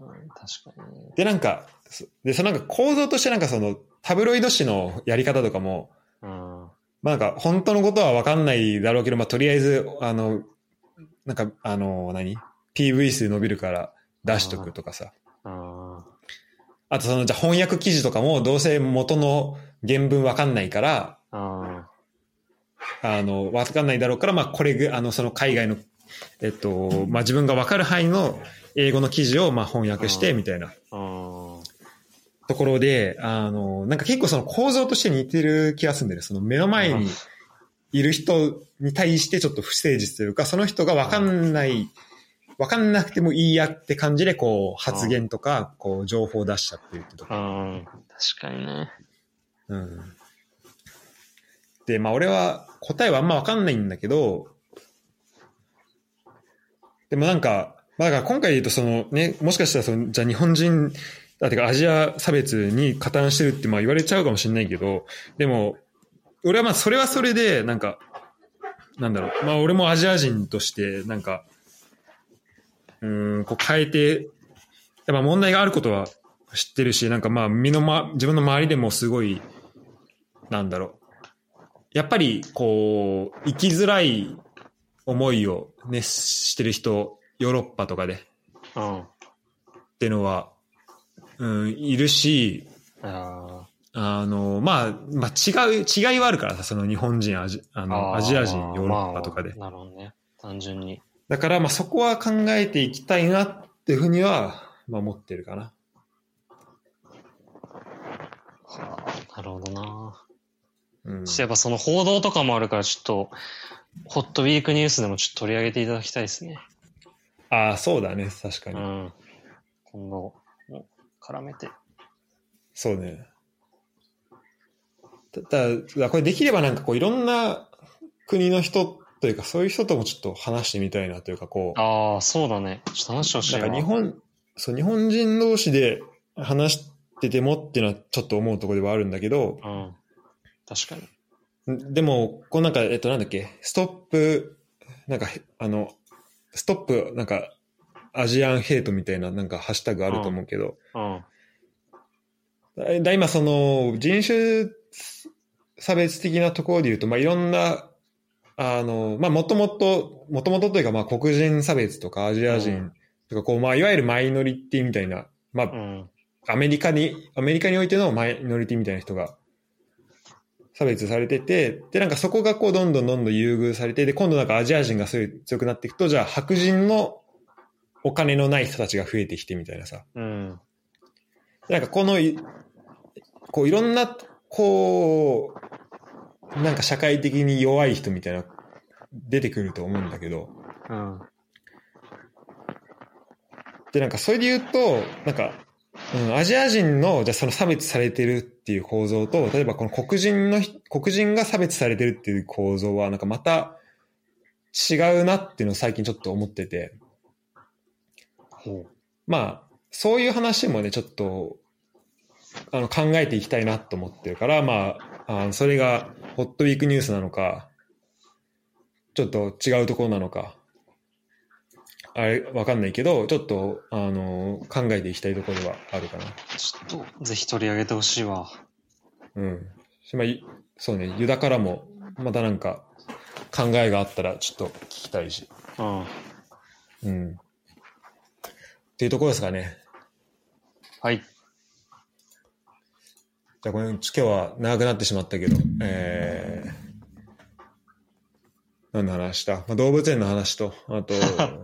うん、確かにね。 で、なんか、で、そのなんか構造としてなんかそのタブロイド紙のやり方とかも、 うん、 まあなんか本当のことはわかんないだろうけど、まあとりあえず、あの、なんか、あの、何 ?ピーブイ 数伸びるから出しとくとかさ。 あ, あとその、じゃ翻訳記事とかもどうせ元の原文わかんないから、 ああの、わかんないだろうから、まあこれぐ、あの、その海外の、えっと、まあ自分がわかる範囲の英語の記事をまあ翻訳してみたいなところで、あの、なんか結構その構造として似てる気がするんだよね。その目の前にいる人に対してちょっと不誠実というか、その人がわかんない、わかんなくてもいいやって感じでこう発言とか、こう情報を出しちゃってるってところ。 うん、確かにね。 うん。で、まあ俺は答えはあんまわかんないんだけど、でもなんか、まあだから今回で言うとそのね、もしかしたらその、じゃあ日本人、だてかアジア差別に加担してるってまあ言われちゃうかもしれないけど、でも、俺はまあそれはそれで、なんか、なんだろう、まあ俺もアジア人として、なんか、うーん、こう変えて、やっぱ問題があることは知ってるし、なんかまあ身のま、自分の周りでもすごい、なんだろう、やっぱりこう、生きづらい思いをね、してる人、ヨーロッパとかで、 うん。 っていうのは、うん、いるし、 ああの、まあ、まあ違う、違いはあるからさ、その日本人、アジあのアジア人、ヨーロッパとかで。 まあ、なるほどね。単純に。 だから、まあそこは考えていきたいなっていうふうには、まあ思ってるかな。 はあ、なるほどな。 うん。 やっぱその報道とかもあるから、ちょっと、ホットウィークニュースでもちょっと取り上げていただきたいですね。 ああ、そうだね、確かに。 うん。今後、絡めて。 そうね。ただ、これできればなんかこういろんな国の人というかそういう人ともちょっと話してみたいなというかこう。 ああ、そうだね。ちょっと話してほしいな。 なんか日本、そう、日本人同士で話しててもっていうのはちょっと思うところではあるんだけど。 うん。確かに。でも、こうなんか、えっとなんだっけ、ストップ、なんか、あの、ストップ、なんか、アジアンヘイトみたいななんかハッシュタグあると思うけど。 うん。 うん、だ今その人種差別的なところで言うと、まあ、いろんな、あの、まあ、もともと、もともとというか、まあ、黒人差別とかアジア人とか、こう、まあ、いわゆるマイノリティみたいな、まあ、うん、アメリカに、アメリカにおいてのマイノリティみたいな人が差別されてて、で、なんかそこがこう、どんどんどんどん優遇されて、で、今度なんかアジア人がすごい強くなっていくと、じゃあ、白人のお金のない人たちが増えてきてみたいなさ。 うん。 なんかこの、こう、いろんな、こう、なんか社会的に弱い人みたいな出てくると思うんだけど、 うん、 でなんかそれで言うとなんか、うん、アジア人のじゃあその差別されてるっていう構造と、例えばこの黒人の黒人が差別されてるっていう構造はなんかまた違うなっていうのを最近ちょっと思ってて、 うん、 まあそういう話もねちょっとあの考えていきたいなと思ってるから、まあ、あそれがホットウィークニュースなのか、ちょっと違うところなのか、あれわかんないけど、ちょっとあの考えていきたいところではあるかな。 ちょっとぜひ取り上げてほしいわ。 うん。まあ、そうね、ユダからもまたなんか考えがあったらちょっと聞きたいし。 うん。 うん。っていうところですかね。 はい。 じゃあこれ今日は長くなってしまったけど、えー、何の話した、まあ、動物園の話と、あと、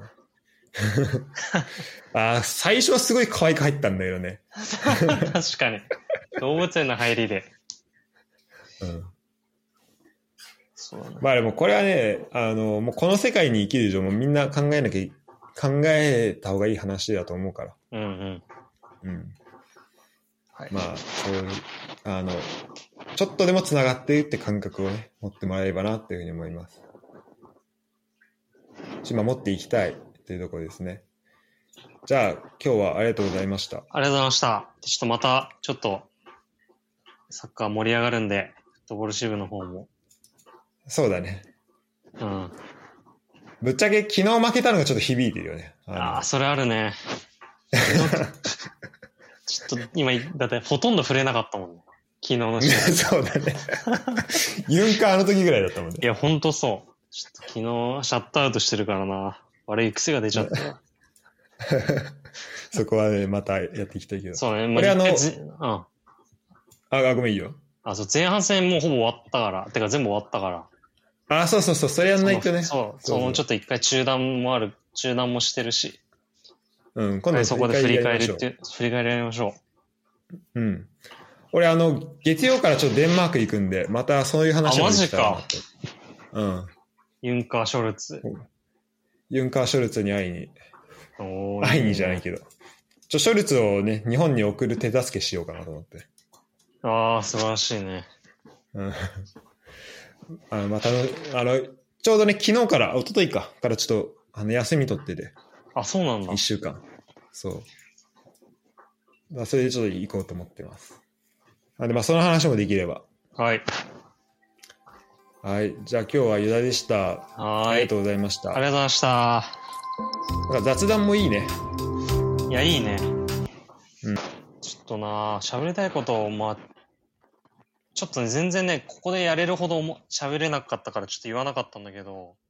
あ最初はすごい可愛く入ったんだけどね。 確かに。動物園の入りで。 うん。 そうだね。 まあでもこれはね、あの、もうこの世界に生きる以上もみんな考えなきゃ、考えた方がいい話だと思うから。 うんうん。 うん。 はい、 まあ、そういう、あの、ちょっとでもつながっているって感覚をね、持ってもらえればなっていうふうに思います。し、まあ、持っていきたいっていうところですね。 じゃあ、今日はありがとうございました。 ありがとうございました。ちょっとまた、ちょっと、サッカー盛り上がるんで、フットボール支部の方も。 そうだね。 うん。 ぶっちゃけ昨日負けたのがちょっと響いてるよね。 ああ、それあるね。ちょっと今、だってほとんど触れなかったもんね。昨日の試合。 そうだね。ユンカーの時ぐらいだったもんね。 いや、ほんとそう。ちょっと昨日シャットアウトしてるからな。悪い癖が出ちゃった。 そこはね、またやっていきたいけど。 そうね。 これあの、うん。 あ、 あ、ごめんいいよ。 あ、そう、前半戦もうほぼ終わったから。てか全部終わったから。 あ、そうそうそう、それやんないとね。 そう、そのちょっと一回中断もある、中断もしてるし。 うん、今度そこで振り返るって、振り返りやりましょう。うん。俺あの、月曜からちょっとデンマーク行くんで、またそういう話もできたらなと。 あ、マジか。 うん。 ユンカー・ショルツ。 ユンカー・ショルツに会いに。会いにじゃないけど。ちょ、ショルツをね、日本に送る手助けしようかなと思って。 ああ、素晴らしいね。 うん。あの、また、あの、ちょうどね、昨日から、一昨日か、からちょっと、あの、休み取ってて。 あ、そうなんだ。 一週間。そう。だそれでちょっと行こうと思ってます。あで、まあ、その話もできれば。 はい。 はい。じゃあ今日はユダでした。 はい。 ありがとうございました。 ありがとうございました。 なんか雑談もいいね。 いや、いいね。 うん。 ちょっとな、喋りたいことを、まあ、ちょっとね、全然ね、ここでやれるほども喋れなかったからちょっと言わなかったんだけど、